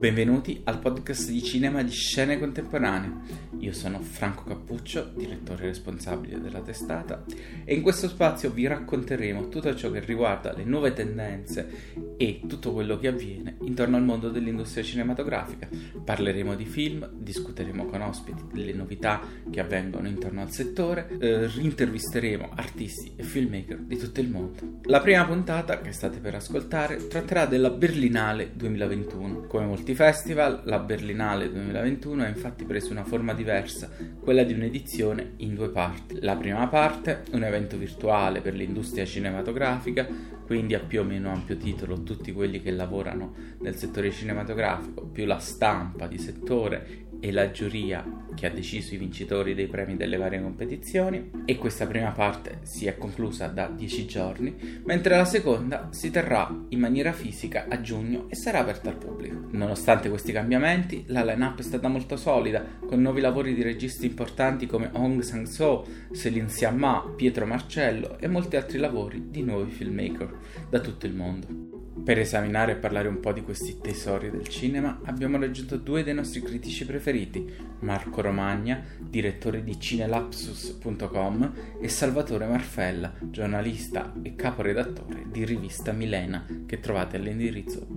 Benvenuti al podcast di cinema di Scene Contemporanee. Io sono Franco Cappuccio, direttore responsabile della testata, e in questo spazio vi racconteremo tutto ciò che riguarda le nuove tendenze e tutto quello che avviene intorno al mondo dell'industria cinematografica. Parleremo di film, discuteremo con ospiti delle novità che avvengono intorno al settore, intervisteremo artisti e filmmaker di tutto il mondo. La prima puntata che state per ascoltare tratterà della Berlinale 2021. Come molti festival, la Berlinale 2021 ha infatti preso una forma diversa, quella di un'edizione in due parti. La prima parte, un evento virtuale per l'industria cinematografica, quindi a più o meno ampio titolo tutti quelli che lavorano nel settore cinematografico, più la stampa di settore e la giuria che ha deciso i vincitori dei premi delle varie competizioni, e questa prima parte si è conclusa da 10 giorni, mentre la seconda si terrà in maniera fisica a giugno e sarà aperta al pubblico. Nonostante questi cambiamenti, la line-up è stata molto solida, con nuovi lavori di registi importanti come Hong Sang-soo, Céline Sciamma, Pietro Marcello e molti altri lavori di nuovi filmmaker da tutto il mondo. Per esaminare e parlare un po' di questi tesori del cinema abbiamo raggiunto due dei nostri critici preferiti, Marco Romagna, direttore di cinelapsus.com, e Salvatore Marfella, giornalista e caporedattore di Rivista Milena, che trovate all'indirizzo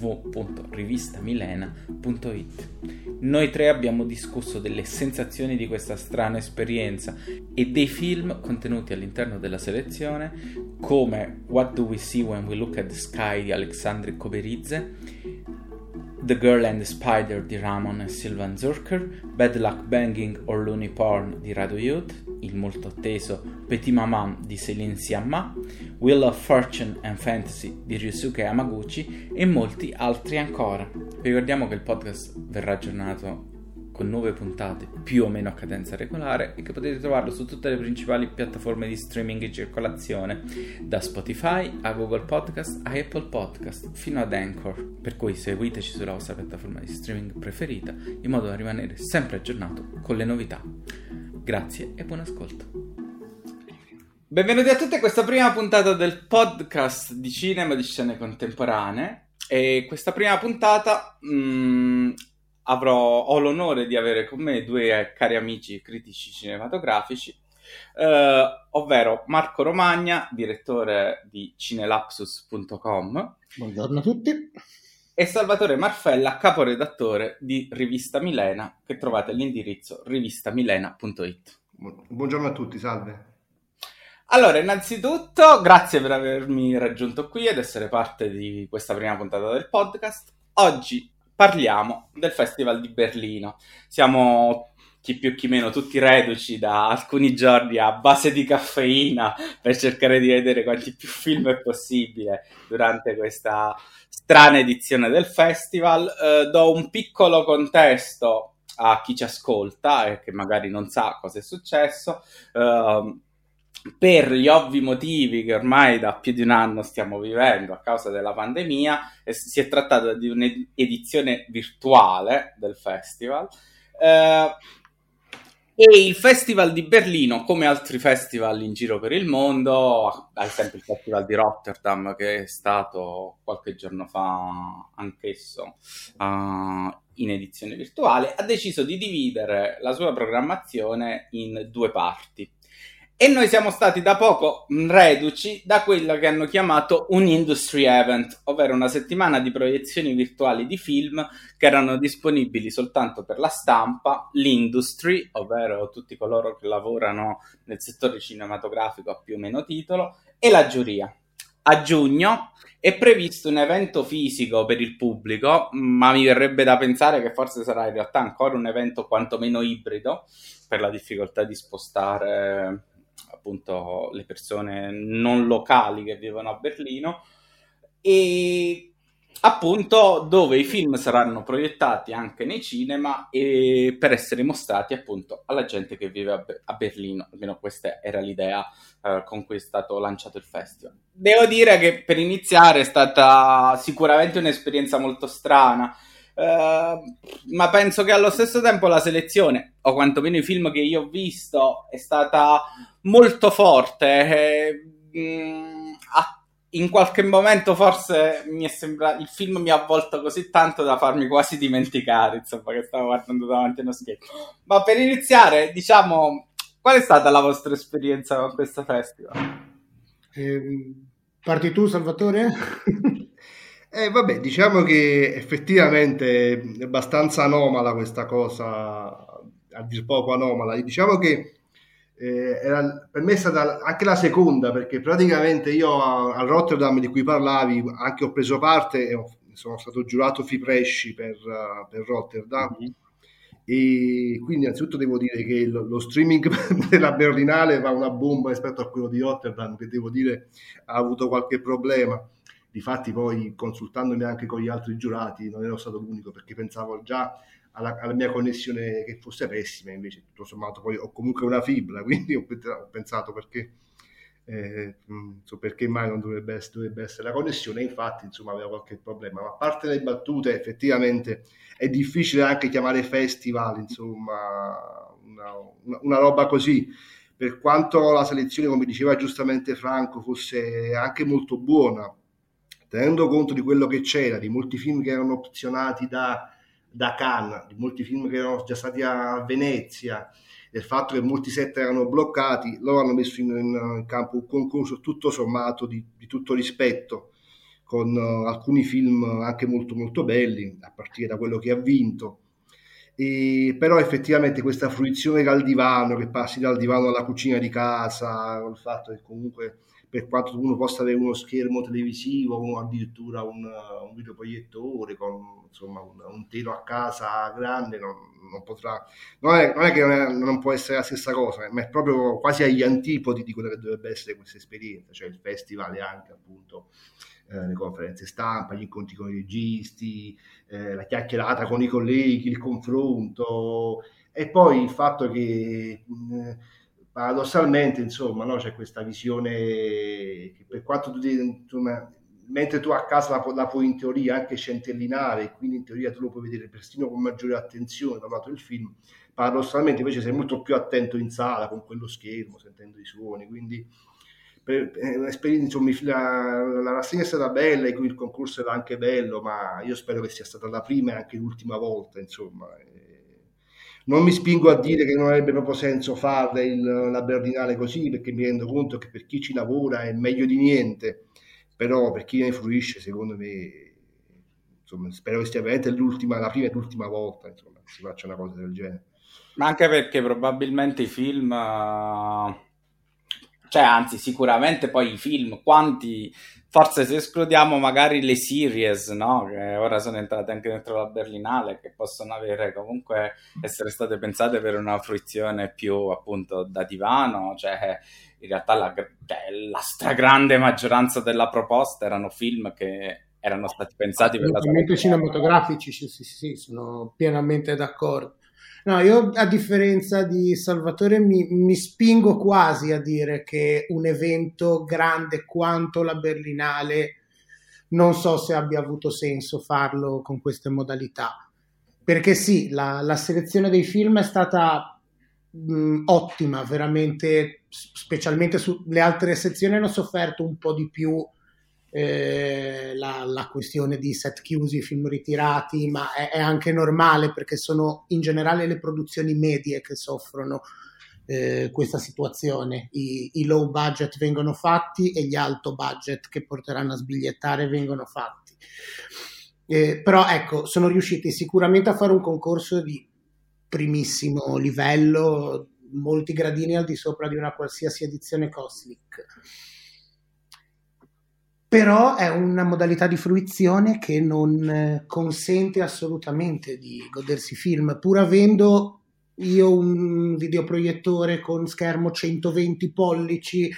www.rivistamilena.it. Noi tre abbiamo discusso delle sensazioni di questa strana esperienza e dei film contenuti all'interno della selezione, come What Do We See When We Look at the Sky di Alexandre Koberidze, The Girl and the Spider di Ramon e Sylvan Zurcher, Bad Luck Banging or Looney Porn di Radu Youth, il molto atteso Petit Maman di Céline Sciamma, Wheel of Fortune and Fantasy di Ryusuke Hamaguchi e molti altri ancora. Vi ricordiamo che il podcast verrà aggiornato con nuove puntate più o meno a cadenza regolare e che potete trovarlo su tutte le principali piattaforme di streaming in circolazione, da Spotify a Google Podcast a Apple Podcast fino ad Anchor, per cui seguiteci sulla vostra piattaforma di streaming preferita in modo da rimanere sempre aggiornato con le novità. Grazie e buon ascolto. Benvenuti a tutti a questa prima puntata del podcast di cinema di Scene Contemporanee, e questa prima puntata ho l'onore di avere con me due cari amici critici cinematografici, ovvero Marco Romagna, direttore di cinelapsus.com. Buongiorno a tutti. E Salvatore Marfella, caporedattore di Rivista Milena, che trovate all'indirizzo rivistamilena.it. Buongiorno a tutti, salve. Allora, innanzitutto, grazie per avermi raggiunto qui ed essere parte di questa prima puntata del podcast. Oggi parliamo del Festival di Berlino. Siamo chi più chi meno tutti reduci da alcuni giorni a base di caffeina per cercare di vedere quanti più film è possibile durante questa strana edizione del festival. Do un piccolo contesto a chi ci ascolta e che magari non sa cosa è successo. Per gli ovvi motivi che ormai da più di un anno stiamo vivendo a causa della pandemia, si è trattato di un'edizione virtuale del festival, e il Festival di Berlino, come altri festival in giro per il mondo, ad esempio il Festival di Rotterdam, che è stato qualche giorno fa anch'esso in edizione virtuale, ha deciso di dividere la sua programmazione in due parti. E noi siamo stati da poco reduci da quello che hanno chiamato un industry event, ovvero una settimana di proiezioni virtuali di film che erano disponibili soltanto per la stampa, l'industry, ovvero tutti coloro che lavorano nel settore cinematografico a più o meno titolo, e la giuria. A giugno è previsto un evento fisico per il pubblico, ma mi verrebbe da pensare che forse sarà in realtà ancora un evento quantomeno ibrido, per la difficoltà di spostare appunto le persone non locali che vivono a Berlino, e appunto dove i film saranno proiettati anche nei cinema e per essere mostrati appunto alla gente che vive a Berlino. Almeno questa era l'idea con cui è stato lanciato il festival. Devo dire che per iniziare è stata sicuramente un'esperienza molto strana, ma penso che allo stesso tempo la selezione, o quantomeno i film che io ho visto, è stata molto forte. Ha in qualche momento forse mi è sembrato, il film mi ha avvolto così tanto da farmi quasi dimenticare, insomma, che stavo guardando davanti a uno schermo. Ma per iniziare, diciamo, qual è stata la vostra esperienza con questo festival? Parti tu, Salvatore? Vabbè, diciamo che effettivamente è abbastanza anomala questa cosa, a dir poco anomala. Diciamo che per me è stata anche la seconda, perché praticamente io al Rotterdam di cui parlavi anche ho preso parte e sono stato giurato FIPRESCI per Rotterdam. Mhm. E quindi innanzitutto devo dire che lo streaming della Berlinale va una bomba rispetto a quello di Rotterdam, che devo dire ha avuto qualche problema. Difatti poi consultandomi anche con gli altri giurati non ero stato l'unico, perché pensavo già alla mia connessione che fosse pessima, invece tutto sommato poi ho comunque una fibra, quindi ho pensato perché mai non dovrebbe essere la connessione. Infatti insomma aveva qualche problema, ma a parte le battute effettivamente è difficile anche chiamare festival insomma una roba così, per quanto la selezione, come diceva giustamente Franco, fosse anche molto buona, tenendo conto di quello che c'era, di molti film che erano opzionati da Cannes, di molti film che erano già stati a Venezia, del fatto che molti set erano bloccati. Loro hanno messo in campo un concorso tutto sommato di tutto rispetto, con alcuni film anche molto molto belli, a partire da quello che ha vinto. Però effettivamente questa fruizione dal divano, che passi dal divano alla cucina di casa, il fatto che comunque per quanto uno possa avere uno schermo televisivo o addirittura un videoproiettore con insomma un telo a casa grande, non potrà, non è che non può essere la stessa cosa, ma è proprio quasi agli antipodi di quello che dovrebbe essere questa esperienza, cioè il festival e anche appunto le conferenze stampa, gli incontri con i registi, la chiacchierata con i colleghi, il confronto, e poi il fatto che paradossalmente insomma, no, c'è questa visione che per quanto insomma, mentre tu a casa la puoi in teoria anche centellinare, quindi in teoria tu lo puoi vedere persino con maggiore attenzione dato il film, paradossalmente invece sei molto più attento in sala con quello schermo, sentendo i suoni, quindi un'esperienza, insomma, la rassegna è stata bella e il concorso era anche bello, ma io spero che sia stata la prima e anche l'ultima volta, insomma. Non mi spingo a dire che non avrebbe proprio senso fare la Berlinale così, perché mi rendo conto che per chi ci lavora è meglio di niente, però per chi ne fruisce, secondo me, insomma, spero che sia veramente la prima e l'ultima volta, insomma, che si faccia una cosa del genere. Ma anche perché probabilmente i film, cioè anzi sicuramente poi i film, quanti, forse se escludiamo magari le series, no? Che ora sono entrate anche dentro la Berlinale, che possono avere comunque essere state pensate per una fruizione più appunto da divano, cioè in realtà la stragrande maggioranza della proposta erano film che erano stati pensati per la sala Assolutamente cinematografici, sì, sono pienamente d'accordo. No, io a differenza di Salvatore mi spingo quasi a dire che un evento grande quanto la Berlinale non so se abbia avuto senso farlo con queste modalità. Perché sì, la selezione dei film è stata ottima, veramente, specialmente sulle altre sezioni hanno sofferto un po' di più la questione di set chiusi, film ritirati, ma è anche normale perché sono in generale le produzioni medie che soffrono questa situazione. I low budget vengono fatti e gli alto budget che porteranno a sbigliettare vengono fatti. Però ecco, sono riusciti sicuramente a fare un concorso di primissimo livello, molti gradini al di sopra di una qualsiasi edizione Cosmic. Però è una modalità di fruizione che non consente assolutamente di godersi film, pur avendo io un videoproiettore con schermo 120 pollici,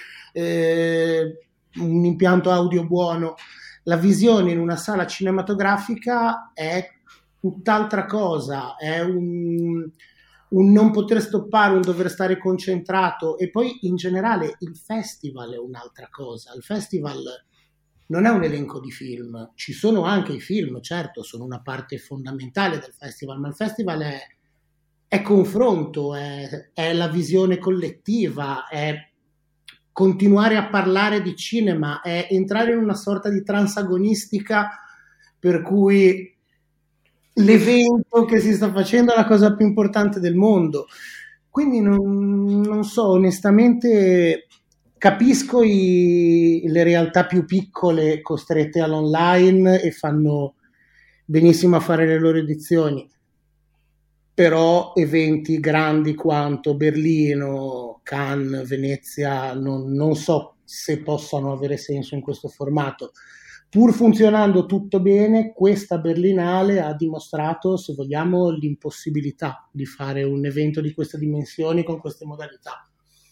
un impianto audio buono. La visione in una sala cinematografica è tutt'altra cosa, è un non poter stoppare, un dover stare concentrato, e poi in generale il festival è un'altra cosa. Il festival non è un elenco di film, ci sono anche i film, certo, sono una parte fondamentale del festival, ma il festival è confronto, è la visione collettiva, è continuare a parlare di cinema, è entrare in una sorta di transagonistica per cui l'evento che si sta facendo è la cosa più importante del mondo. Quindi non so, onestamente capisco le realtà più piccole costrette all'online e fanno benissimo a fare le loro edizioni, però eventi grandi quanto Berlino, Cannes, Venezia, non so se possano avere senso in questo formato. Pur funzionando tutto bene, questa Berlinale ha dimostrato, se vogliamo, l'impossibilità di fare un evento di queste dimensioni con queste modalità.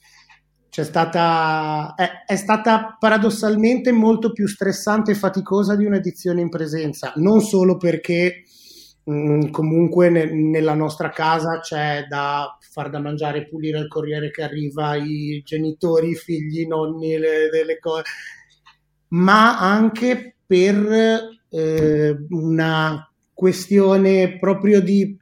È stata paradossalmente molto più stressante e faticosa di un'edizione in presenza, non solo perché comunque nella nostra casa c'è da far da mangiare e pulire il corriere che arriva, i genitori, i figli, i nonni, le cose, ma anche per una questione proprio di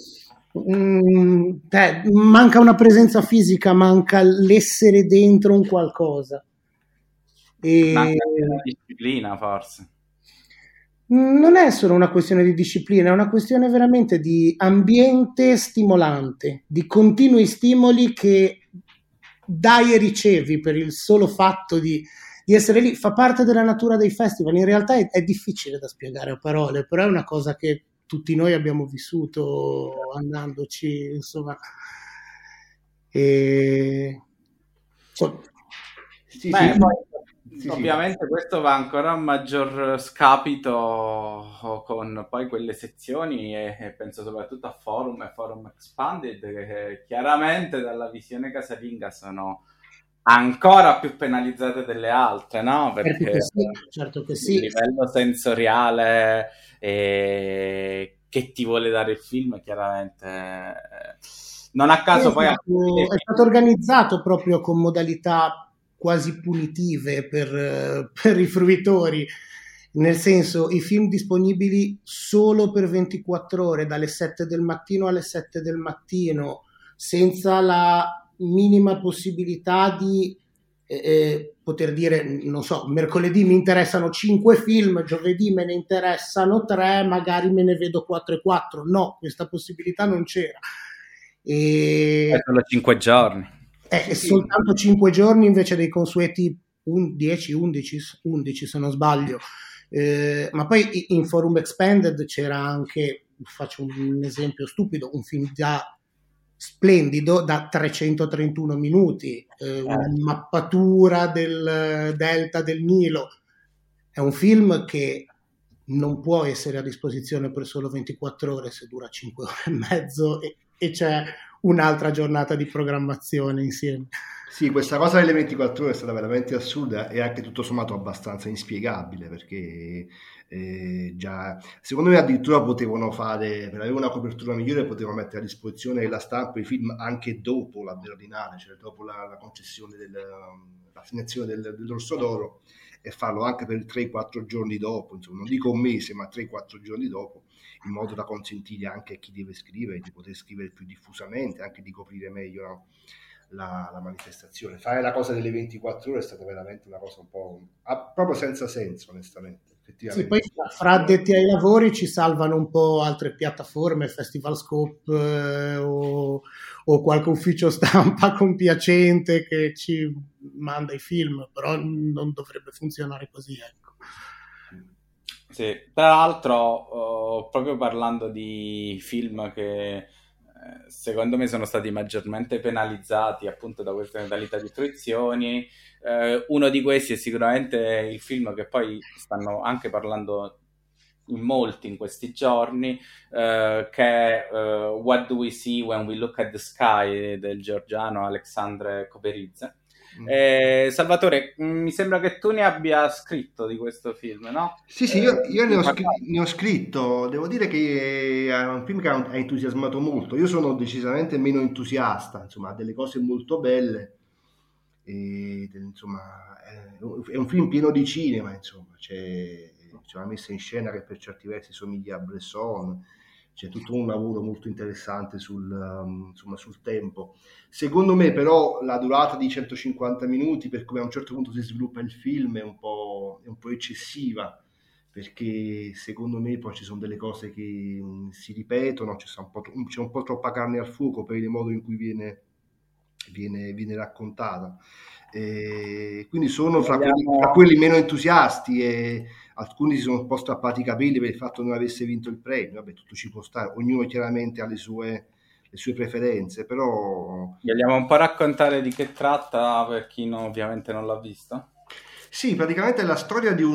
manca una presenza fisica, manca l'essere dentro un qualcosa. Manca una disciplina, forse. Non è solo una questione di disciplina, è una questione veramente di ambiente stimolante, di continui stimoli che dai e ricevi per il solo fatto di essere lì. Fa parte della natura dei festival. In realtà è difficile da spiegare a parole, però è una cosa che tutti noi abbiamo vissuto andandoci, insomma. Sì, beh, sì. Poi, ovviamente questo va ancora a maggior scapito con poi quelle sezioni e penso soprattutto a Forum e Forum Expanded che chiaramente dalla visione casalinga sono ancora più penalizzate delle altre, no? Perché certo che sì. Il livello sensoriale che ti vuole dare il film chiaramente non a caso poi è stato organizzato proprio con modalità quasi punitive per i fruitori, nel senso i film disponibili solo per 24 ore dalle 7 del mattino alle 7 del mattino, senza la minima possibilità di poter dire, non so, mercoledì mi interessano 5 film, giovedì me ne interessano 3, magari me ne vedo 4 e 4. No, questa possibilità non c'era. È solo 5 giorni. È soltanto 5 giorni invece dei consueti 10, 11 se non sbaglio. Ma poi in Forum Expanded c'era anche, faccio un esempio stupido, un film già splendido da 331 minuti, una mappatura del delta del Nilo. È un film che non può essere a disposizione per solo 24 ore se dura 5 ore e mezzo e c'è un'altra giornata di programmazione insieme. Sì, questa cosa delle 24 ore è stata veramente assurda e anche tutto sommato abbastanza inspiegabile perché già secondo me addirittura potevano fare, per avere una copertura migliore, potevano mettere a disposizione la stampa i film anche dopo la Berlinale, cioè dopo la concessione l'assegnazione dell'Orso d'Oro, e farlo anche per 3-4 giorni dopo, insomma, non dico un mese ma 3-4 giorni dopo, in modo da consentire anche a chi deve scrivere di poter scrivere più diffusamente, anche di coprire meglio, no, la manifestazione. Fare la cosa delle 24 ore è stata veramente una cosa un po' proprio senza senso, onestamente. Sì, poi fra addetti ai lavori ci salvano un po' altre piattaforme, Festival Scope o qualche ufficio stampa compiacente che ci manda i film, però non dovrebbe funzionare così, ecco. Sì, tra l'altro, proprio parlando di film che secondo me sono stati maggiormente penalizzati appunto da queste modalità di fruizioni, uno di questi è sicuramente il film che poi stanno anche parlando in molti in questi giorni, che è What Do We See When We Look at the Sky del georgiano Alexandre Koberidze. Salvatore, mi sembra che tu ne abbia scritto di questo film, no? Sì, io ne ho scritto. Devo dire che è un film che ha entusiasmato molto. Io sono decisamente meno entusiasta, insomma, ha delle cose molto belle e, insomma, è un film pieno di cinema, insomma, c'è una messa in scena che per certi versi somiglia a Bresson, c'è tutto un lavoro molto interessante insomma, sul tempo. Secondo me però la durata di 150 minuti, per come a un certo punto si sviluppa il film, è un po' eccessiva, perché secondo me poi ci sono delle cose che si ripetono, c'è un po' troppa carne al fuoco per il modo in cui viene raccontata. Quindi sono fra quelli meno entusiasti, e alcuni si sono un po' strappati i capelli per il fatto che non avesse vinto il premio. Vabbè, tutto ci può stare, ognuno chiaramente ha le sue preferenze, però Vogliamo un po' raccontare di che tratta per chi ovviamente non l'ha visto? sì, praticamente è la storia di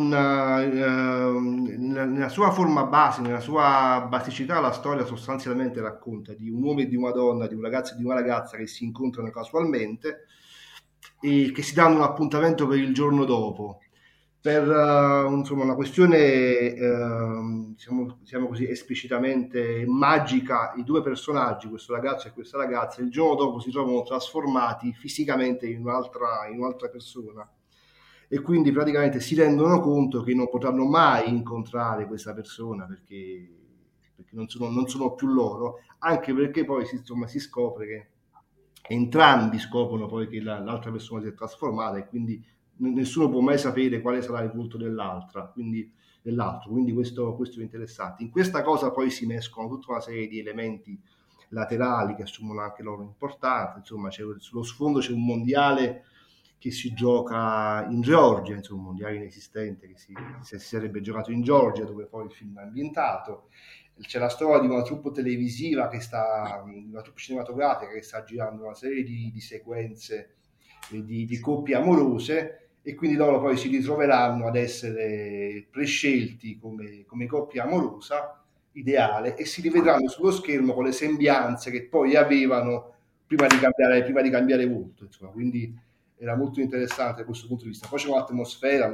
nella sua forma base, nella sua basicità, la storia sostanzialmente racconta di un uomo e di una donna, di un ragazzo e di una ragazza che si incontrano casualmente e che si danno un appuntamento per il giorno dopo. Per insomma, una questione, diciamo così, esplicitamente magica, i due personaggi, questo ragazzo e questa ragazza, il giorno dopo si trovano trasformati fisicamente in un'altra persona, e quindi praticamente si rendono conto che non potranno mai incontrare questa persona perché non sono più loro, anche perché poi insomma, si scopre che entrambi scoprono poi che l'altra persona si è trasformata, e quindi nessuno può mai sapere quale sarà il volto dell'altro, quindi questo è interessante. In questa cosa poi si mescolano tutta una serie di elementi laterali che assumono anche loro importanza. Insomma, sullo sfondo c'è un mondiale che si gioca in Georgia, insomma un mondiale inesistente che si sarebbe giocato in Georgia, dove poi il film è ambientato. C'è la storia di una troupe televisiva una troupe cinematografica che sta girando una serie di sequenze di coppie amorose, e quindi loro poi si ritroveranno ad essere prescelti come coppia amorosa ideale, e si rivedranno sullo schermo con le sembianze che poi avevano prima di cambiare volto, insomma. Quindi era molto interessante da questo punto di vista. Poi c'è un'atmosfera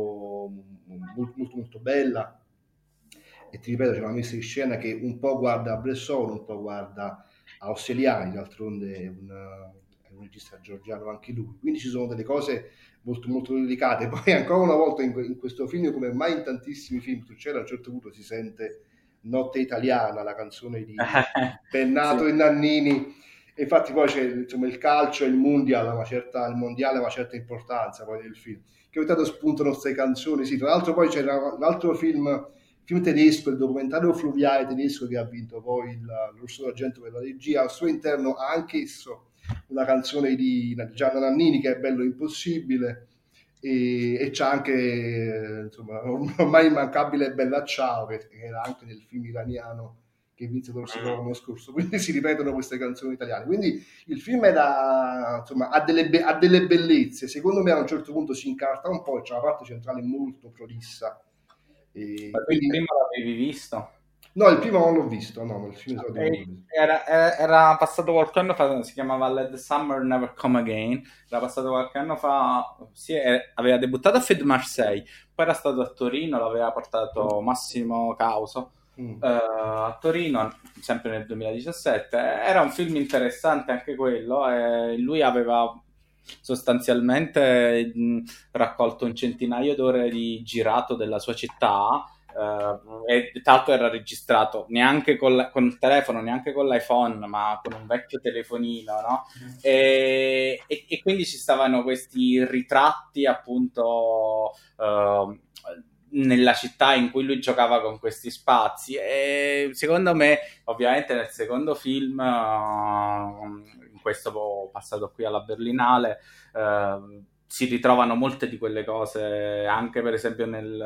molto bella, e ti ripeto, c'è una messa in scena che un po' guarda a Bresson, un po' guarda a Osseliani, d'altronde è un regista georgiano anche lui, quindi ci sono delle cose molto delicate. Poi ancora una volta in questo film, come mai in tantissimi film succede, a un certo punto si sente Notte Italiana, la canzone di Bennato Sì. e Nannini, e infatti poi c'è insomma il calcio e il mondiale ha una certa importanza poi nel film, che ogni tanto spuntano queste canzoni. Sì, tra l'altro poi c'era un altro film tedesco, il documentario fluviale tedesco, che ha vinto poi l'Orso d'Argento per la regia. Al suo interno ha anch'esso una canzone di Gianna Nannini, che è Bello Impossibile, e c'è anche insomma ormai immancabile Bella Ciao, che era anche nel film iraniano che vinse l'Orso d'Oro l'anno scorso. Quindi si ripetono queste canzoni italiane. Quindi il film insomma, ha delle bellezze. Secondo me a un certo punto si incarta un po', e c'è una parte centrale molto prolissa. Ma tu il Quindi primo l'avevi visto? no, il primo non l'ho visto, no, il film non l'ho visto. Era passato qualche anno fa, si chiamava Let the Summer Never Come Again, era passato qualche anno fa, sì, aveva debuttato a Fed Marseille, poi era stato a Torino, l'aveva portato Massimo Causo a Torino, sempre nel 2017. Era un film interessante anche quello, e lui aveva sostanzialmente raccolto un centinaio d'ore di girato della sua città, e tra l'altro era registrato neanche con il telefono, neanche con l'iPhone, ma con un vecchio telefonino, no? E quindi ci stavano questi ritratti appunto nella città in cui lui giocava con questi spazi, e secondo me ovviamente nel secondo film, in questo passato qui alla Berlinale, si ritrovano molte di quelle cose, anche per esempio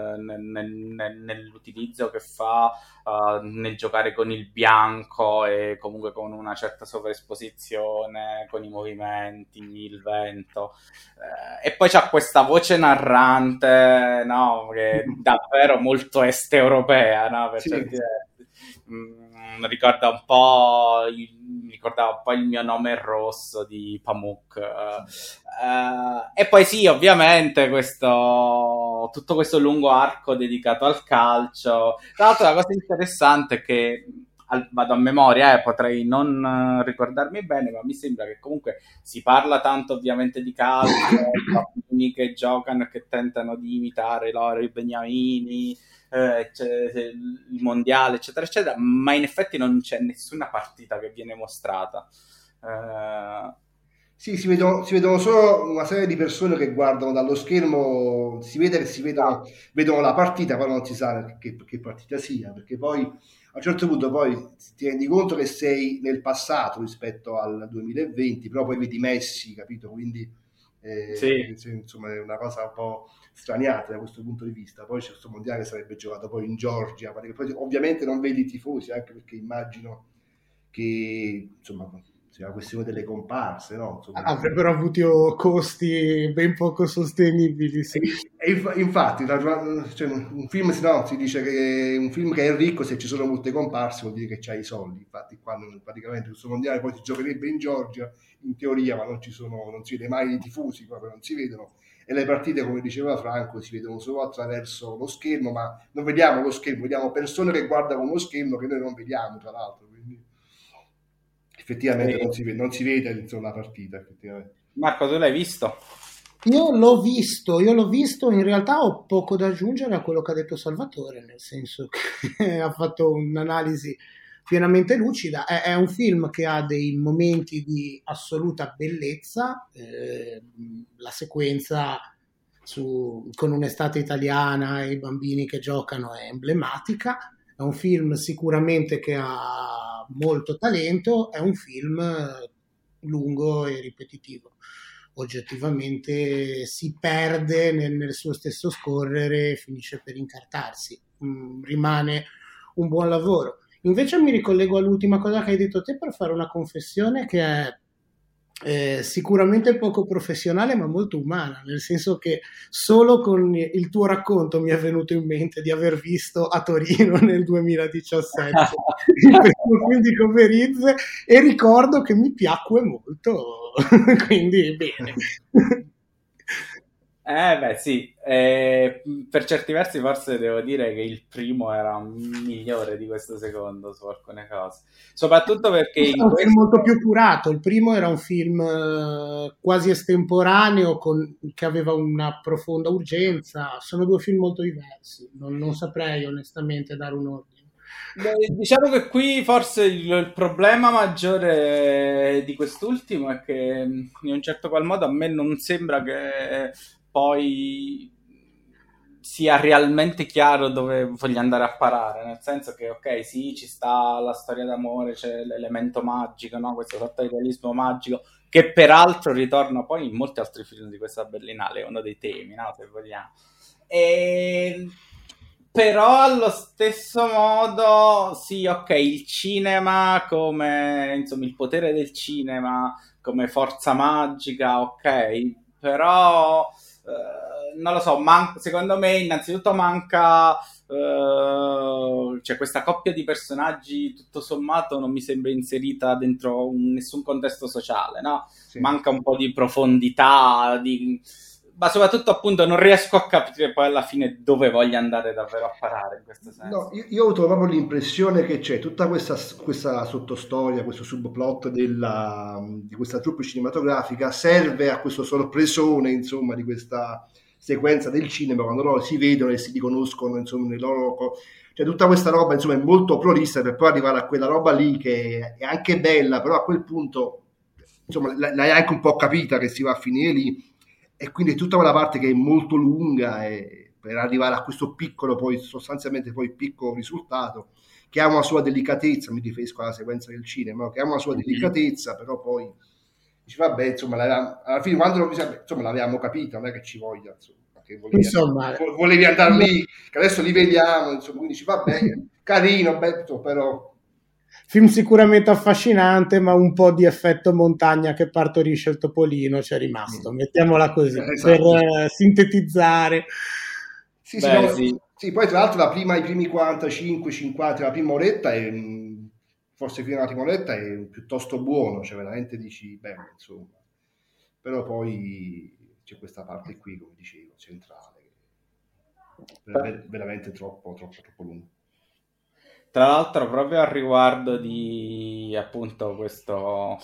nell'utilizzo che fa, nel giocare con il bianco e comunque con una certa sovraesposizione, con i movimenti, il vento. E poi c'ha questa voce narrante, no, che è davvero molto est europea, no, per certi versi. Ricordava un po' il mio nome è rosso di Pamuk. E poi sì, ovviamente tutto questo lungo arco dedicato al calcio. Tra l'altro la cosa interessante è che vado a memoria, potrei non ricordarmi bene, ma mi sembra che comunque si parla tanto ovviamente di calcio, bambini che giocano e che tentano di imitare loro, i beniamini, il mondiale, eccetera, eccetera, ma in effetti non c'è nessuna partita che viene mostrata. Sì, si vedono solo una serie di persone che guardano dallo schermo, si vede che vedono la partita, però non si sa che partita sia, perché poi a un certo punto poi ti rendi conto che sei nel passato rispetto al 2020, però poi vedi Messi, capito? Quindi Sì. insomma è una cosa un po' straniata da questo punto di vista. Poi c'è questo mondiale che sarebbe giocato poi in Georgia, perché poi ovviamente non vedi i tifosi, anche perché immagino che insomma sia una questione delle comparse, no? Insomma, Avrebbero avuto costi ben poco sostenibili, sì. infatti, cioè, un film, no, si dice che un film che è ricco, se ci sono molte comparse vuol dire che c'hai i soldi. Infatti, qua praticamente questo mondiale poi si giocherebbe in Georgia, in teoria, ma non si vede mai i tifosi, proprio non si vedono. E le partite, come diceva Franco, si vedono solo attraverso lo schermo, ma non vediamo lo schermo, vediamo persone che guardano uno schermo che noi non vediamo, tra l'altro. Quindi effettivamente Sì. non si vede insomma, la partita, effettivamente. Marco, tu l'hai visto? Io l'ho visto, in realtà ho poco da aggiungere a quello che ha detto Salvatore, nel senso che ha fatto un'analisi pienamente lucida. È un film che ha dei momenti di assoluta bellezza, la sequenza con un'estate italiana e i bambini che giocano è emblematica, è un film sicuramente che ha molto talento, è un film lungo e ripetitivo. Oggettivamente si perde nel suo stesso scorrere e finisce per incartarsi. Rimane un buon lavoro. Invece mi ricollego all'ultima cosa che hai detto te per fare una confessione che è sicuramente poco professionale ma molto umana, nel senso che solo con il tuo racconto mi è venuto in mente di aver visto a Torino nel 2017 il primo film di Coverizze e ricordo che mi piacque molto, quindi bene. Beh, sì, per certi versi forse devo dire che il primo era migliore di questo secondo su alcune cose, soprattutto perché Questo è in un film molto questo... più curato, il primo era un film quasi estemporaneo che aveva una profonda urgenza, sono due film molto diversi, non saprei onestamente dare un ordine. Beh, diciamo che qui forse il problema maggiore di quest'ultimo è che in un certo qual modo a me non sembra che poi sia realmente chiaro dove voglia andare a parare, nel senso che ok, sì, ci sta la storia d'amore, c'è l'elemento magico, no? Questo sorta di realismo magico, che peraltro ritorna poi in molti altri film di questa Berlinale, è uno dei temi, no? Se vogliamo. E... Però allo stesso modo, sì, ok, il cinema come, insomma, il potere del cinema come forza magica, ok, però non lo so, secondo me innanzitutto manca, cioè questa coppia di personaggi tutto sommato non mi sembra inserita dentro nessun contesto sociale, no? Sì. Manca un po' di profondità, ma soprattutto appunto non riesco a capire poi alla fine dove voglia andare davvero a parare in questo No, senso. io ho avuto proprio l'impressione che c'è tutta questa sottostoria, questo subplot di questa troupe cinematografica serve a questo sorpresone, insomma, di questa sequenza del cinema, quando loro si vedono e si riconoscono, insomma, cioè tutta questa roba, insomma, è molto prolissa per poi arrivare a quella roba lì che è anche bella, però a quel punto, insomma, l'hai anche un po' capita che si va a finire lì e quindi è tutta quella parte che è molto lunga per arrivare a questo piccolo, poi sostanzialmente poi piccolo risultato, che ha una sua delicatezza, mi riferisco alla sequenza del cinema, che ha una sua delicatezza, però poi dici vabbè, insomma, alla fine quando insomma, l'avevamo capito, non è che ci voglia, insomma, che Insomma, volevi andare lì, che adesso li vediamo, insomma, quindi dici vabbè, carino, bello, però... film sicuramente affascinante, ma un po' di effetto montagna che partorisce il topolino c'è rimasto, mettiamola così, per Esatto. sintetizzare. Sì, sì, Beh, no, sì. sì, poi tra l'altro i primi 45, 50, la prima oretta è, forse fino alla prima oretta è piuttosto buono, cioè veramente dici, bene, insomma. Però poi c'è questa parte qui, come dicevo, centrale, veramente troppo lungo. Tra l'altro, proprio a riguardo di appunto questo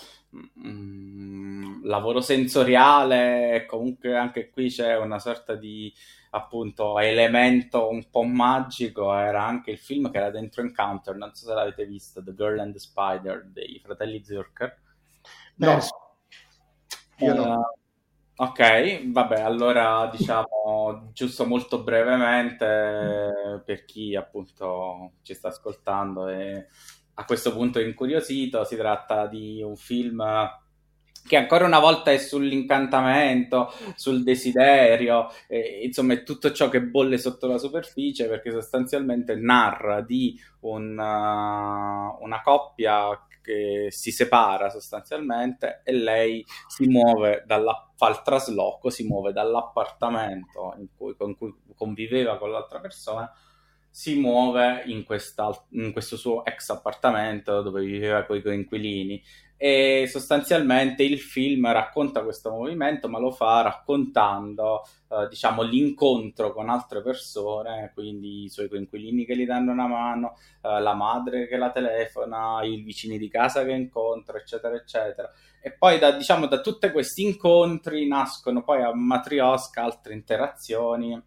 lavoro sensoriale, comunque anche qui c'è una sorta di appunto elemento un po' magico. Era anche il film che era dentro Encounter, non so se l'avete visto, The Girl and the Spider dei fratelli Zurcher. No, Beh, io no. Ok, vabbè, allora diciamo giusto molto brevemente per chi appunto ci sta ascoltando e a questo punto è incuriosito, si tratta di un film che ancora una volta è sull'incantamento, sul desiderio, insomma è tutto ciò che bolle sotto la superficie perché sostanzialmente narra di una coppia che si separa sostanzialmente e lei si muove fa il trasloco, si muove dall'appartamento con cui conviveva con l'altra persona, si muove in questo suo ex appartamento dove viveva con i coinquilini e sostanzialmente il film racconta questo movimento, ma lo fa raccontando, diciamo, l'incontro con altre persone, quindi i suoi coinquilini che gli danno una mano, la madre che la telefona, i vicini di casa che incontra, eccetera, eccetera. E poi diciamo, da tutti questi incontri nascono poi a matriosca altre interazioni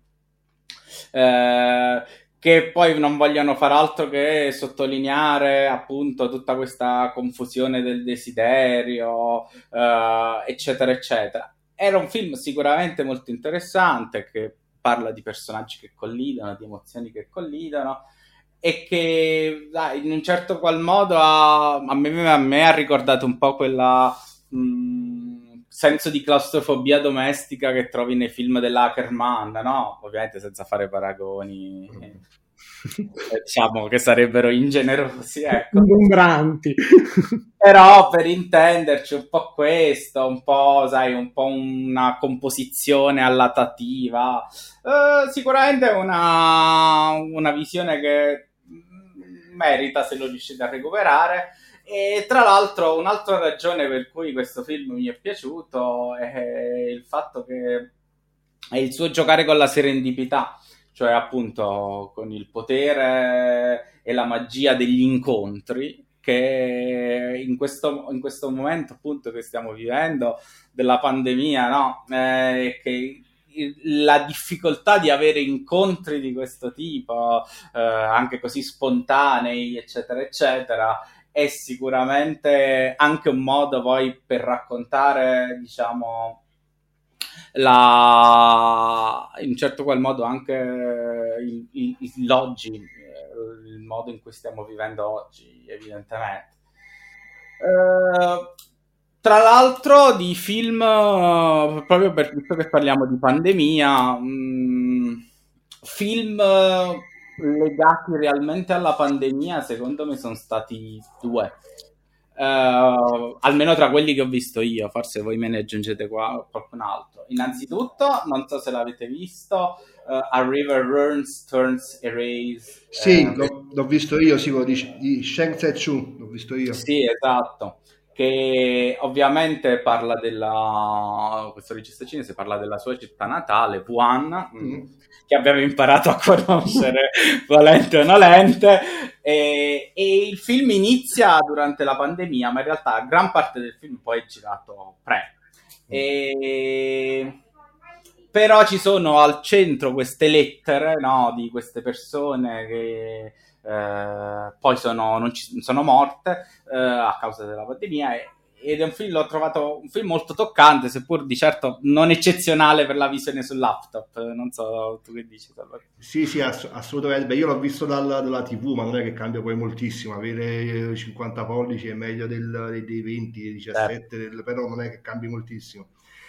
eh, che poi non vogliono far altro che sottolineare appunto tutta questa confusione del desiderio, eccetera, eccetera. Era un film sicuramente molto interessante che parla di personaggi che collidono, di emozioni che collidono e che dai, in un certo qual modo a me ha ricordato un po' quella senso di claustrofobia domestica che trovi nei film dell'Ackerman, no? Ovviamente senza fare paragoni, diciamo che sarebbero ingenerosi, ecco. ingombranti. Però per intenderci un po' questo, un po', sai, un po' una composizione allattativa, sicuramente è una visione che merita se lo riuscite a recuperare. E tra l'altro un'altra ragione per cui questo film mi è piaciuto è il fatto che è il suo giocare con la serendipità, cioè appunto con il potere e la magia degli incontri che in questo momento appunto che stiamo vivendo della pandemia, no? Che la difficoltà di avere incontri di questo tipo, anche così spontanei, eccetera, eccetera, è sicuramente anche un modo poi per raccontare, diciamo, in un certo qual modo anche l'oggi, il modo in cui stiamo vivendo oggi, evidentemente. Tra l'altro di film, proprio per visto che parliamo di pandemia, film legati realmente alla pandemia, secondo me sono stati due. Almeno tra quelli che ho visto io, forse voi me ne aggiungete qua qualcun altro. Innanzitutto, non so se l'avete visto, A River Runs, Turns, Erase. Sì, l'ho visto io, sì, quello di Shang Tse-Chu, l'ho visto io. Sì, esatto. Che ovviamente parla questo regista cinese parla della sua città natale, Wuhan, Mm. che abbiamo imparato a conoscere volente o nolente. E il film inizia durante la pandemia, ma in realtà gran parte del film poi è girato pre. Mm. E... Però ci sono al centro queste lettere, no, di queste persone che poi sono morte a causa della pandemia ed è un film, l'ho trovato un film molto toccante, seppur di certo non eccezionale per la visione sul laptop. Non so, tu che dici, Salvatore? Sì, sì, assolutamente. Beh, io l'ho visto dalla TV, ma non è che cambia poi moltissimo. Avere 50 pollici è meglio dei 20, dei Certo. 17, però non è che cambi moltissimo.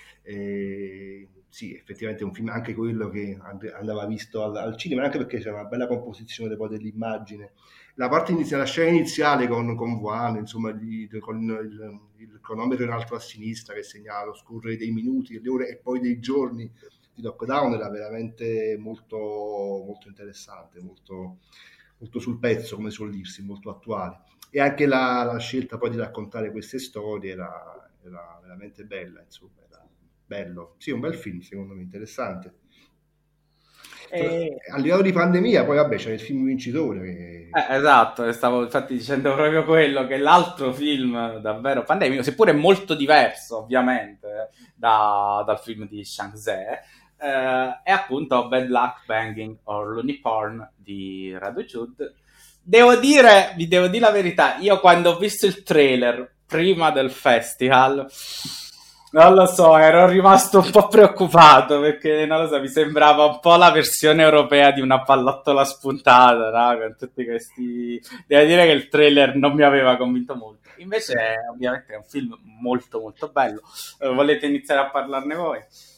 Sì, effettivamente è un film anche quello che andava visto al cinema, anche perché c'è una bella composizione poi dell'immagine. La parte iniziale, la scena iniziale con Vuan, insomma, con il cronometro in alto a sinistra che segna lo scorrere dei minuti, delle ore e poi dei giorni di lockdown era veramente molto, molto interessante, molto, molto sul pezzo, come suol dirsi, molto attuale. E anche la scelta poi di raccontare queste storie era veramente bella, insomma, era bello. Sì, un bel film, secondo me, interessante. A livello di pandemia, poi vabbè, c'è il film vincitore. Esatto, stavo infatti dicendo proprio quello, che l'altro film davvero pandemico, seppure molto diverso ovviamente dal film di Shang-Tse, è appunto Bad Luck Banging or Looney Porn di Radu Judd. Vi devo dire la verità, io quando ho visto il trailer prima del festival, non lo so, ero rimasto un po' preoccupato perché, non lo so, mi sembrava un po' la versione europea di una pallottola spuntata, no? Con tutti questi... Devo dire che il trailer non mi aveva convinto molto. Invece, ovviamente, è un film molto, molto bello. Volete iniziare a parlarne voi?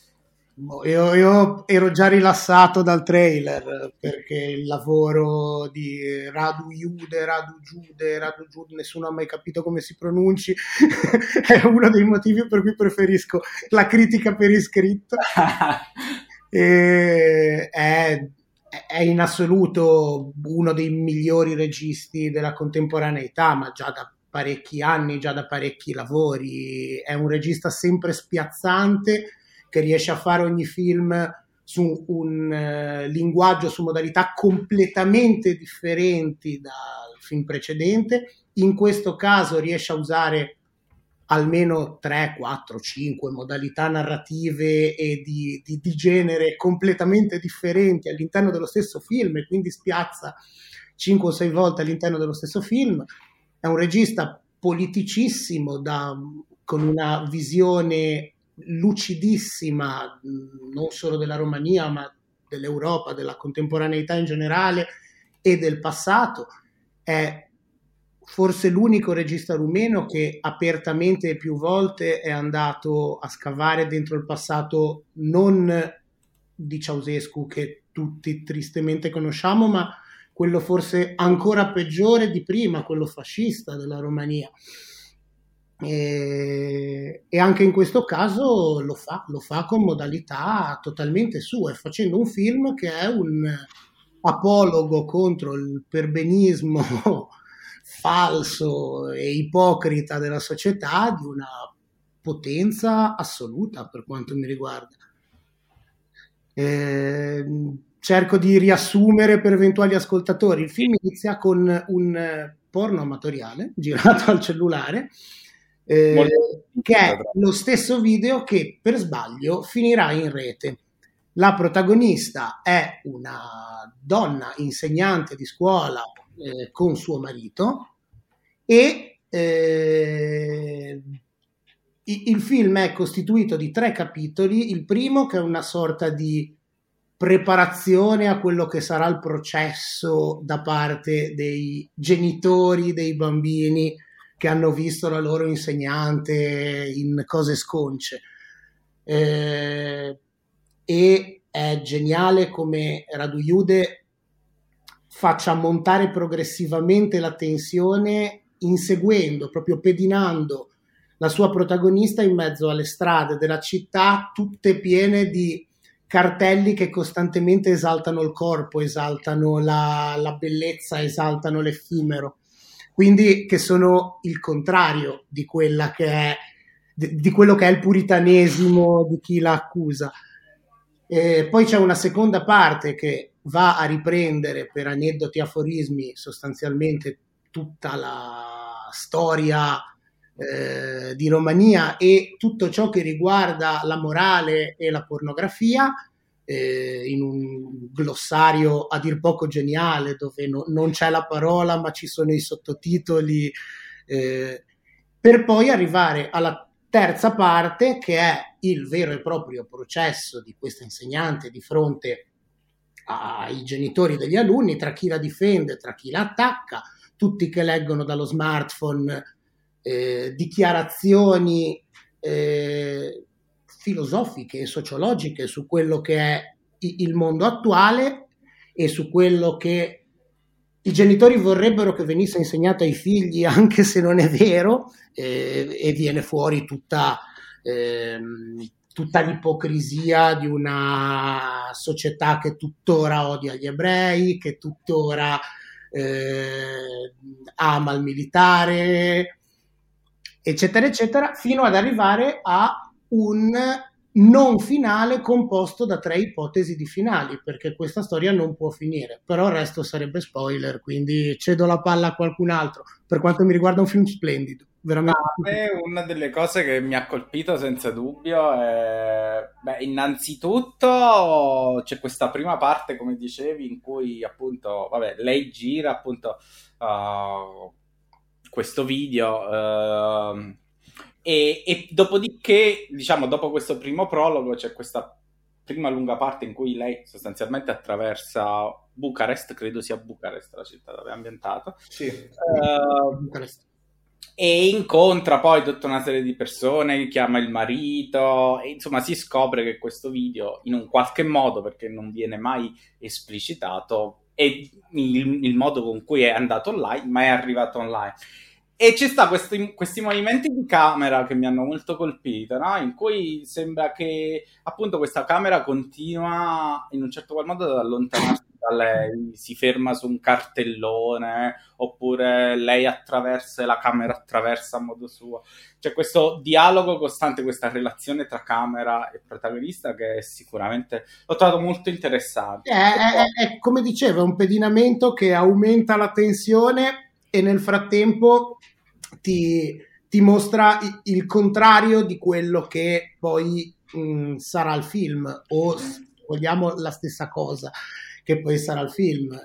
Io ero già rilassato dal trailer perché il lavoro di Radu Jude, nessuno ha mai capito come si pronunci, è uno dei motivi per cui preferisco la critica per iscritto. È in assoluto uno dei migliori registi della contemporaneità, ma già da parecchi anni, già da parecchi lavori. È un regista sempre spiazzante, che riesce a fare ogni film su un linguaggio, su modalità completamente differenti dal film precedente. In questo caso riesce a usare almeno 3, 4, 5 modalità narrative e di genere completamente differenti all'interno dello stesso film, e quindi spiazza 5 o 6 volte all'interno dello stesso film. È un regista politicissimo, con una visione lucidissima non solo della Romania ma dell'Europa, della contemporaneità in generale e del passato. È forse l'unico regista rumeno che apertamente e più volte è andato a scavare dentro il passato, non di Ceausescu che tutti tristemente conosciamo, ma quello forse ancora peggiore di prima, quello fascista della Romania. E anche in questo caso lo fa con modalità totalmente sue, facendo un film che è un apologo contro il perbenismo falso e ipocrita della società, di una potenza assoluta per quanto mi riguarda. Cerco di riassumere per eventuali ascoltatori. Il film inizia con un porno amatoriale girato al cellulare, che è lo stesso video che per sbaglio finirà in rete. La protagonista è una donna insegnante di scuola con suo marito, e il film è costituito di 3 capitoli. Il primo, che è una sorta di preparazione a quello che sarà il processo da parte dei genitori dei bambini che hanno visto la loro insegnante in cose sconce, e è geniale come Radu Jude faccia montare progressivamente la tensione, inseguendo, proprio pedinando la sua protagonista in mezzo alle strade della città, tutte piene di cartelli che costantemente esaltano il corpo, esaltano la bellezza, esaltano l'effimero, quindi che sono il contrario di quella che è di quello che è il puritanesimo di chi la accusa. Poi c'è una seconda parte che va a riprendere per aneddoti e aforismi sostanzialmente tutta la storia di Romania e tutto ciò che riguarda la morale e la pornografia, in un glossario a dir poco geniale, dove non c'è la parola ma ci sono i sottotitoli, per poi arrivare alla terza parte, che è il vero e proprio processo di questa insegnante di fronte ai genitori degli alunni, tra chi la difende, tra chi la attacca, tutti che leggono dallo smartphone dichiarazioni filosofiche e sociologiche su quello che è il mondo attuale e su quello che i genitori vorrebbero che venisse insegnato ai figli, anche se non è vero, e viene fuori tutta l'ipocrisia di una società che tuttora odia gli ebrei, che tuttora ama il militare, eccetera, eccetera, fino ad arrivare a un non finale composto da 3 ipotesi di finali, perché questa storia non può finire, però il resto sarebbe spoiler, quindi cedo la palla a qualcun altro. Per quanto mi riguarda, un film splendido, veramente. A me una delle cose che mi ha colpito senza dubbio è, beh, innanzitutto c'è questa prima parte, come dicevi, in cui appunto, vabbè, lei gira appunto questo video e dopodiché, diciamo, dopo questo primo prologo c'è questa prima lunga parte in cui lei sostanzialmente attraversa Bucarest, credo sia Bucarest la città dove è ambientato. Sì. E incontra poi tutta una serie di persone, chiama il marito e insomma si scopre che questo video in un qualche modo, perché non viene mai esplicitato, è il modo con cui è andato online, ma è arrivato online. E ci sta questi movimenti di camera che mi hanno molto colpito, no? In cui sembra che appunto questa camera continua in un certo qual modo ad allontanarsi da lei, si ferma su un cartellone, oppure lei attraversa, la camera attraversa a modo suo. C'è questo dialogo costante, questa relazione tra camera e protagonista che è sicuramente l'ho trovato molto interessante. È come dicevo, è un pedinamento che aumenta la tensione e nel frattempo ti mostra il contrario di quello che poi sarà il film, o vogliamo la stessa cosa che poi sarà il film.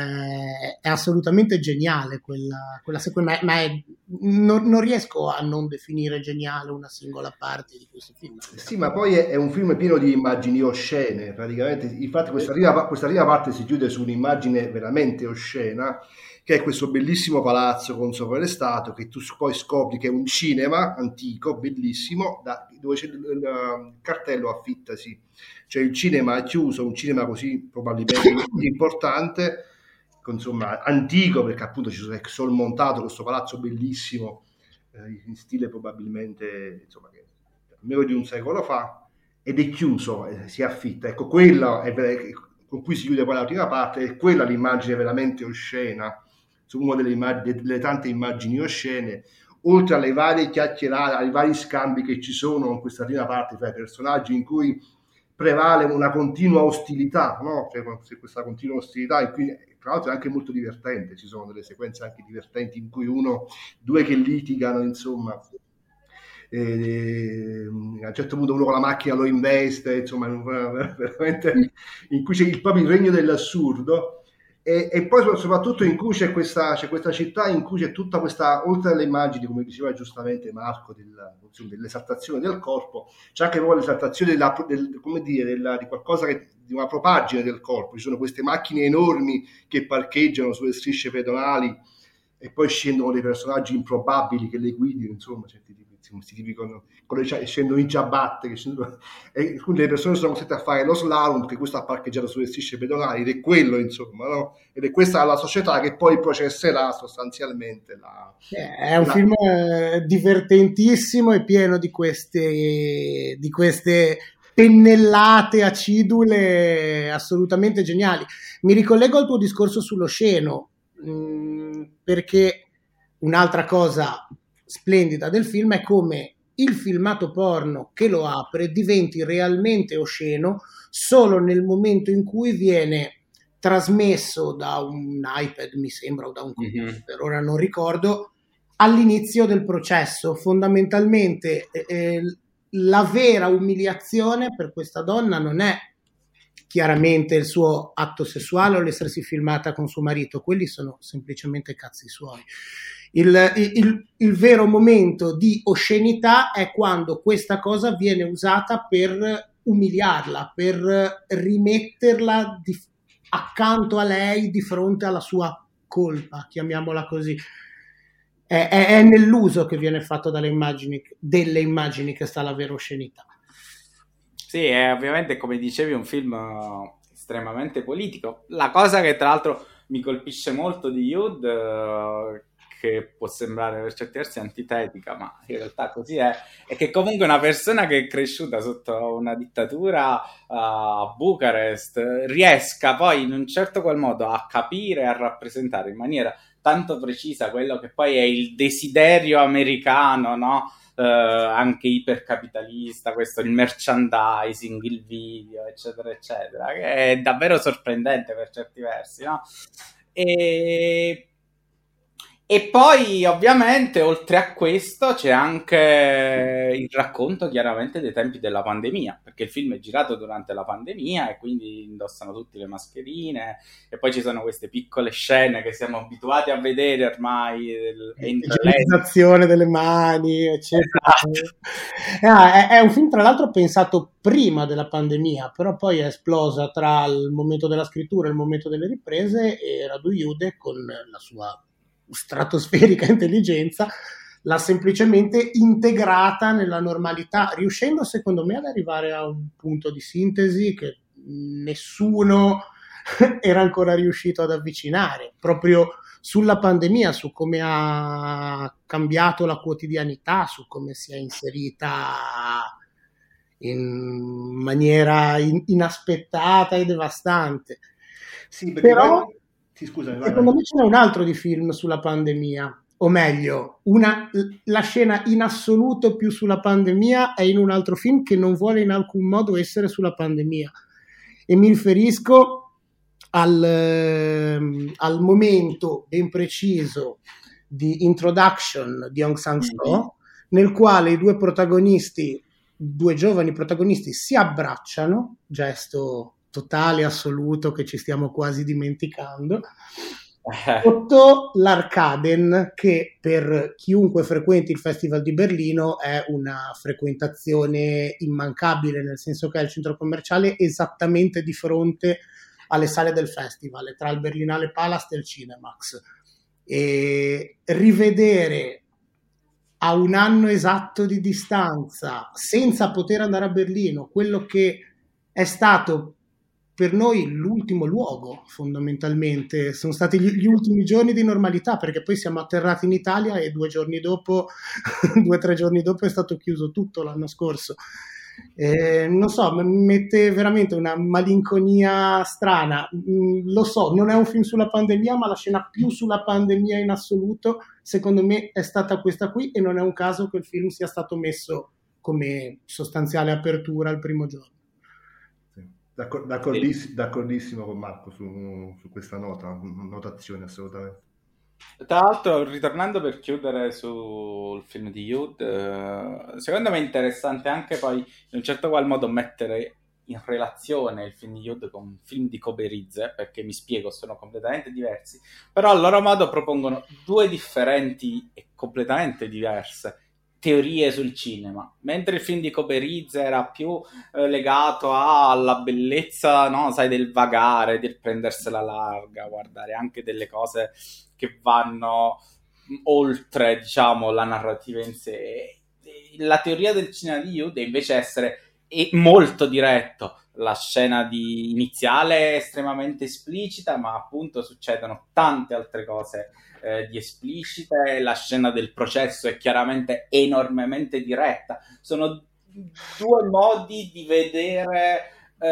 È assolutamente geniale quella sequenza, ma non riesco a non definire geniale una singola parte di questo film. Sì, ma poi è un film pieno di immagini oscene, praticamente. Infatti questa prima parte si chiude su un'immagine veramente oscena, che è questo bellissimo palazzo con sopra l'estate, che tu poi scopri che è un cinema antico, bellissimo, dove c'è il cartello affittasi. Cioè il cinema è chiuso, un cinema così probabilmente importante, insomma antico, perché appunto ci è sormontato questo palazzo bellissimo, in stile probabilmente, insomma, che meno di un secolo fa, ed è chiuso, si affitta. Ecco, quella con cui si chiude poi la prima parte, è quella l'immagine veramente oscena, su una delle tante immagini oscene, oltre alle varie chiacchierate, ai vari scambi che ci sono in questa prima parte tra i personaggi, in cui prevale una continua ostilità, no? Cioè, questa continua ostilità, in cui tra l'altro è anche molto divertente, ci sono delle sequenze anche divertenti in cui due che litigano, insomma, a un certo punto uno con la macchina lo investe, insomma, veramente, in cui c'è proprio il regno dell'assurdo. E poi soprattutto in cui c'è questa città in cui c'è tutta questa, oltre alle immagini, come diceva giustamente Marco, dell'esaltazione del corpo, c'è anche proprio l'esaltazione di qualcosa di una propagine del corpo. Ci sono queste macchine enormi che parcheggiano sulle strisce pedonali e poi scendono dei personaggi improbabili che le guidino, insomma, certi tipi scendono in ciabatte, e quindi le persone sono costrette a fare lo slalom perché questo ha parcheggiato sulle strisce pedonali, ed è quello, insomma, no? Ed è questa la società che poi processerà sostanzialmente è un film divertentissimo e pieno di queste pennellate acidule assolutamente geniali. Mi ricollego al tuo discorso sullo sceno, perché un'altra cosa splendida del film è come il filmato porno che lo apre diventi realmente osceno solo nel momento in cui viene trasmesso da un iPad, mi sembra, o da un computer, ora non ricordo, all'inizio del processo. Fondamentalmente la vera umiliazione per questa donna non è chiaramente il suo atto sessuale o l'essersi filmata con suo marito, quelli sono semplicemente cazzi suoi. Il vero momento di oscenità è quando questa cosa viene usata per umiliarla, per rimetterla accanto a lei di fronte alla sua colpa, chiamiamola così. È nell'uso che viene fatto delle immagini che sta la vera oscenità. Sì, è ovviamente, come dicevi, un film estremamente politico. La cosa che tra l'altro mi colpisce molto di Youth, che può sembrare per certi versi antitetica, ma in realtà così è che comunque una persona che è cresciuta sotto una dittatura a Bucarest riesca poi in un certo qual modo a capire e a rappresentare in maniera tanto precisa quello che poi è il desiderio americano, no? anche ipercapitalista, questo, il merchandising, il video, eccetera, eccetera, che è davvero sorprendente per certi versi, no? E poi ovviamente oltre a questo c'è anche il racconto chiaramente dei tempi della pandemia, perché il film è girato durante la pandemia e quindi indossano tutte le mascherine e poi ci sono queste piccole scene che siamo abituati a vedere ormai, l'igienizzazione delle mani, eccetera. Esatto. È un film tra l'altro pensato prima della pandemia, però poi è esplosa tra il momento della scrittura e il momento delle riprese, e Radu Jude con la sua stratosferica intelligenza l'ha semplicemente integrata nella normalità, riuscendo secondo me ad arrivare a un punto di sintesi che nessuno era ancora riuscito ad avvicinare, proprio sulla pandemia, su come ha cambiato la quotidianità, su come si è inserita in maniera inaspettata e devastante. Sì, perché Però poi... Sì, scusami, secondo vai. me ce n'è un altro di film sulla pandemia, o meglio, la scena in assoluto più sulla pandemia è in un altro film che non vuole in alcun modo essere sulla pandemia, e mi riferisco al momento ben preciso di introduction di Aung San Suu Kyi, nel quale i due giovani protagonisti si abbracciano, gesto totale, assoluto, che ci stiamo quasi dimenticando, sotto l'Arcaden, che per chiunque frequenti il Festival di Berlino è una frequentazione immancabile, nel senso che è il centro commerciale esattamente di fronte alle sale del festival, tra il Berlinale Palast e il Cinemax. E rivedere a un anno esatto di distanza, senza poter andare a Berlino, quello che è stato per noi l'ultimo luogo, fondamentalmente, sono stati gli ultimi giorni di normalità, perché poi siamo atterrati in Italia e 2 giorni dopo, 2 o 3 giorni dopo è stato chiuso tutto l'anno scorso. Non so, mi mette veramente una malinconia strana. Lo so, non è un film sulla pandemia, ma la scena più sulla pandemia in assoluto, secondo me, è stata questa qui, e non è un caso che il film sia stato messo come sostanziale apertura al primo giorno. D'accordissimo con Marco su questa notazione, assolutamente. Tra l'altro, ritornando per chiudere sul film di Youth, secondo me è interessante anche poi in un certo qual modo mettere in relazione il film di Youth con un film di Kobe Rizze, perché mi spiego, sono completamente diversi, però a loro modo propongono due differenti e completamente diverse teorie sul cinema, mentre il film di Kobe Rizze era più legato alla bellezza, no, sai, del vagare, del prendersela larga, guardare anche delle cose che vanno oltre, diciamo, la narrativa in sé. La teoria del cinema di Yude invece essere molto diretto. La scena iniziale è estremamente esplicita, ma appunto succedono tante altre cose di esplicite. La scena del processo è chiaramente enormemente diretta. Sono due modi di vedere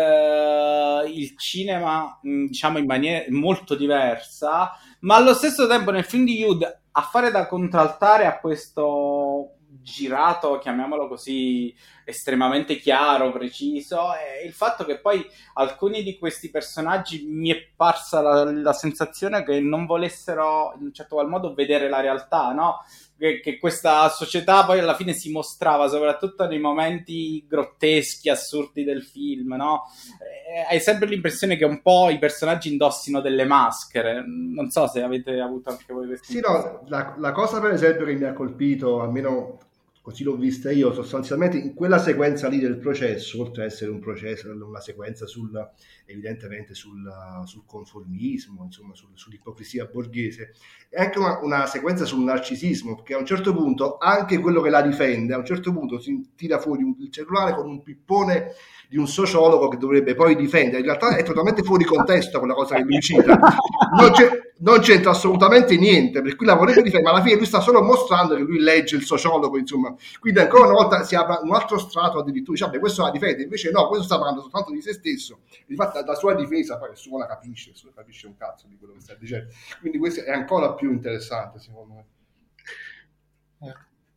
il cinema, diciamo, in maniera molto diversa, ma allo stesso tempo nel film di Jude, a fare da contraltare a questo girato, chiamiamolo così, estremamente chiaro, preciso, è il fatto che poi alcuni di questi personaggi mi è parsa la sensazione che non volessero in un certo qual modo vedere la realtà, no? Che questa società poi alla fine si mostrava soprattutto nei momenti grotteschi, assurdi del film, no? Hai sempre l'impressione che un po' i personaggi indossino delle maschere. Non so se avete avuto anche voi questa impressione. Sì, no, la cosa per esempio che mi ha colpito, almeno così l'ho vista io, sostanzialmente in quella sequenza lì del processo, oltre ad essere un processo, una sequenza evidentemente sul conformismo, insomma, sull'ipocrisia borghese, è anche una sequenza sul narcisismo, perché a un certo punto anche quello che la difende, a un certo punto si tira fuori il cellulare con un pippone di un sociologo che dovrebbe poi difendere. In realtà è totalmente fuori contesto quella cosa che lui cita, non c'entra assolutamente niente, per cui la vorrebbe difendere, ma alla fine lui sta solo mostrando che lui legge il sociologo, insomma. Quindi ancora una volta si apre un altro strato, addirittura dice, vabbè, questo la difende, invece no, questo sta parlando soltanto di se stesso. Infatti la sua difesa poi nessuno la capisce, nessuno capisce un cazzo di quello che sta dicendo. Quindi questo è ancora più interessante, secondo me.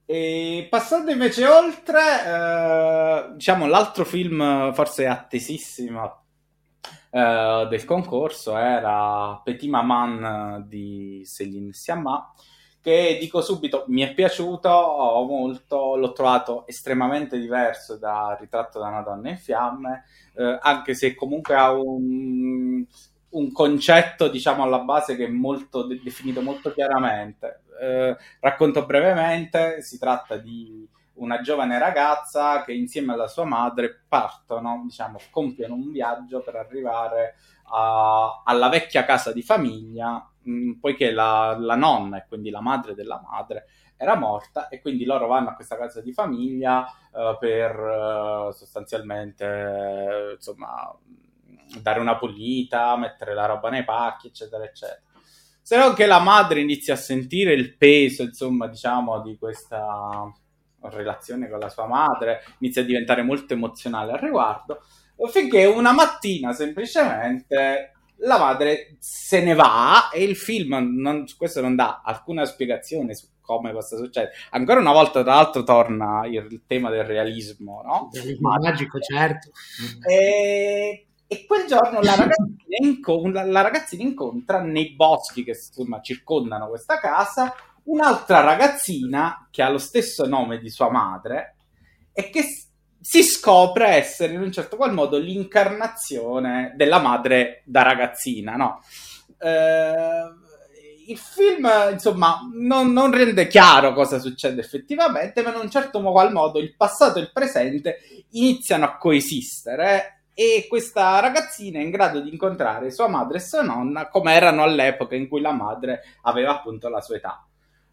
E passando invece oltre, diciamo l'altro film forse attesissimo del concorso era Petit Maman di Céline Sciamma, che dico subito mi è piaciuto molto, l'ho trovato estremamente diverso da Ritratto da una donna in fiamme, anche se comunque ha un concetto, diciamo, alla base che è molto definito molto chiaramente. Racconto brevemente, si tratta di una giovane ragazza che insieme alla sua madre partono, diciamo, compiono un viaggio per arrivare alla vecchia casa di famiglia, poiché la nonna, e quindi la madre della madre, era morta, e quindi loro vanno a questa casa di famiglia per sostanzialmente, insomma, dare una pulita, mettere la roba nei pacchi, eccetera, eccetera. Se non che la madre inizia a sentire il peso, insomma, diciamo, di questa relazione con la sua madre, inizia a diventare molto emozionale al riguardo, finché una mattina semplicemente la madre se ne va, e il film questo non dà alcuna spiegazione su come possa succedere. Ancora una volta, tra l'altro, torna il tema del realismo, no? Magico, certo. E quel giorno la ragazzina incontra nei boschi che insomma circondano questa casa un'altra ragazzina che ha lo stesso nome di sua madre e che si scopre essere in un certo qual modo l'incarnazione della madre da ragazzina, no? Il film, insomma, non rende chiaro cosa succede effettivamente, ma in un certo qual modo il passato e il presente iniziano a coesistere, e questa ragazzina è in grado di incontrare sua madre e sua nonna come erano all'epoca in cui la madre aveva appunto la sua età.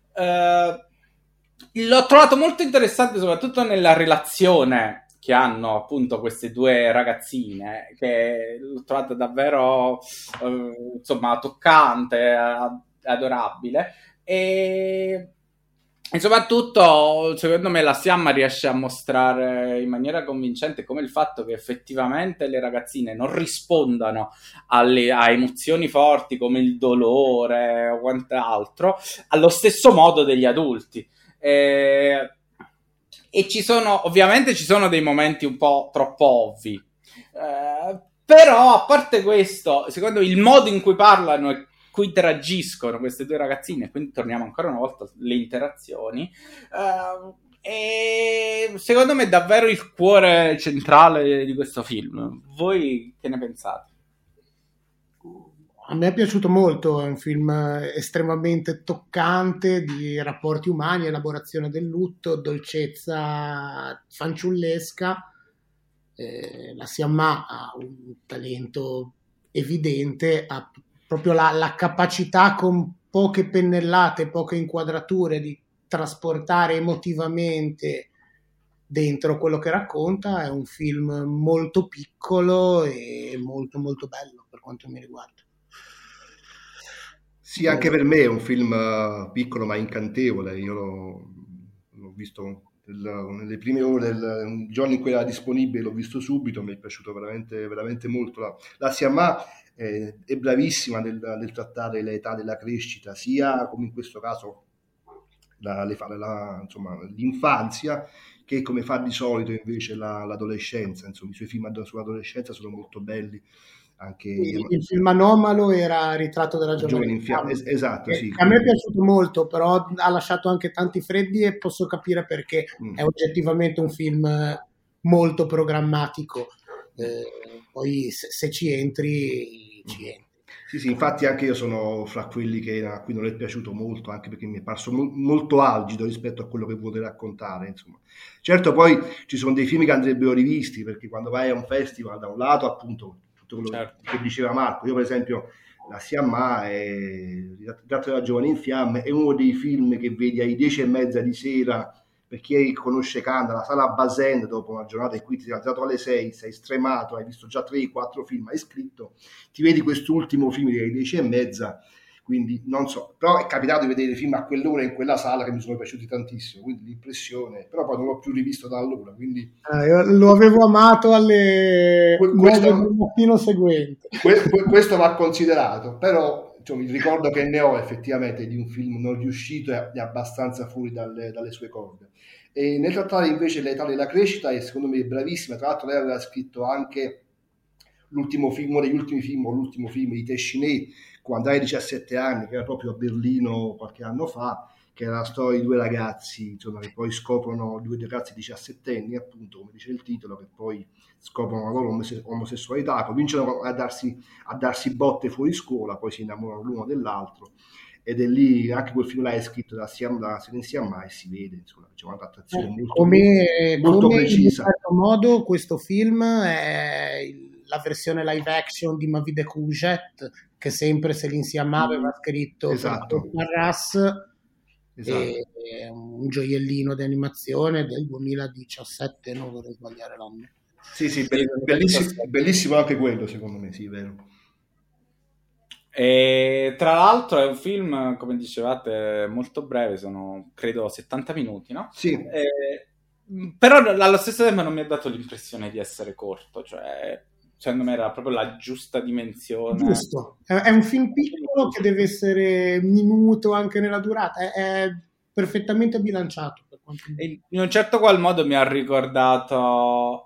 L'ho trovato molto interessante soprattutto nella relazione che hanno appunto queste due ragazzine, che l'ho trovata davvero insomma toccante, adorabile, e soprattutto secondo me la Sciamma riesce a mostrare in maniera convincente come il fatto che effettivamente le ragazzine non rispondano a emozioni forti come il dolore o quant'altro allo stesso modo degli adulti, e ovviamente ci sono dei momenti un po' troppo ovvi, però a parte questo, secondo me il modo in cui parlano e cui interagiscono queste due ragazzine, quindi torniamo ancora una volta alle interazioni, e secondo me è davvero il cuore centrale di questo film. Voi che ne pensate? A me è piaciuto molto, è un film estremamente toccante di rapporti umani, elaborazione del lutto, dolcezza fanciullesca. La Sciamma ha un talento evidente, ha proprio la capacità con poche pennellate, poche inquadrature di trasportare emotivamente dentro quello che racconta. È un film molto piccolo e molto molto bello per quanto mi riguarda. Sì, anche per me è un film piccolo ma incantevole. Io l'ho visto nelle prime ore del giorno in cui era disponibile, l'ho visto subito, mi è piaciuto veramente, veramente molto. La Sciamma è bravissima nel trattare l'età della crescita, sia come in questo caso insomma, l'infanzia, che come fa di solito invece l'adolescenza. Insomma, i suoi film sull'adolescenza sono molto belli. Anche il film Anomalo era Ritratto della giovane in fiamme. Esatto, sì. A me è piaciuto molto, però ha lasciato anche tanti freddi, e posso capire perché è oggettivamente un film molto programmatico. Poi se ci entri, ci entri. Sì, infatti anche io sono fra quelli a cui non è piaciuto molto, anche perché mi è parso molto algido rispetto a quello che vuole raccontare, insomma. Certo, poi ci sono dei film che andrebbero rivisti, perché quando vai a un festival, da un lato appunto quello che diceva Marco, io per esempio la Sciamma il Ritratto della giovane in fiamme è uno dei film che vedi alle 10:30 di sera, per chi conosce Cannes, la sala Bazin, dopo una giornata in cui ti sei alzato alle 6, sei stremato, hai visto già 3-4 film, hai scritto, ti vedi quest'ultimo film alle 10:30, quindi non so, però è capitato di vedere film a quell'ora in quella sala che mi sono piaciuti tantissimo, quindi l'impressione, però poi non l'ho più rivisto da allora, quindi io lo avevo amato alle 9 del mattino seguente. Questo va considerato, però insomma, il ricordo che ne ho effettivamente di un film non riuscito e abbastanza fuori dalle sue corde. E nel trattare invece l'età della crescita è secondo me bravissima. Tra l'altro lei aveva scritto anche l'ultimo film, uno degli ultimi film, o l'ultimo film di Téchiné, quando aveva 17 anni, che era proprio a Berlino qualche anno fa, che era la storia di due ragazzi, insomma, che poi scoprono, due ragazzi 17enni, appunto, come dice il titolo, che poi scoprono la loro omosessualità, cominciano a darsi botte fuori scuola, poi si innamorano l'uno dell'altro, ed è lì, anche quel film là è scritto da Siam e si vede, insomma, c'è un'adattazione molto in un precisa. certo modo questo film è la versione live action di Ma vie de Courgette, che sempre Céline Sciamma aveva scritto Esatto. per Arras, è un gioiellino di animazione del 2017, non vorrei sbagliare l'anno. Sì, bellissimo anche quello, secondo me, sì, vero. E tra l'altro è un film, come dicevate, molto breve, sono credo 70 minuti, no? Sì. Però allo stesso tempo non mi ha dato l'impressione di essere corto, cioè secondo me era proprio la giusta dimensione. Giusto, è un film piccolo che deve essere minuto anche nella durata, è perfettamente bilanciato. Per quanto in un certo qual modo mi ha ricordato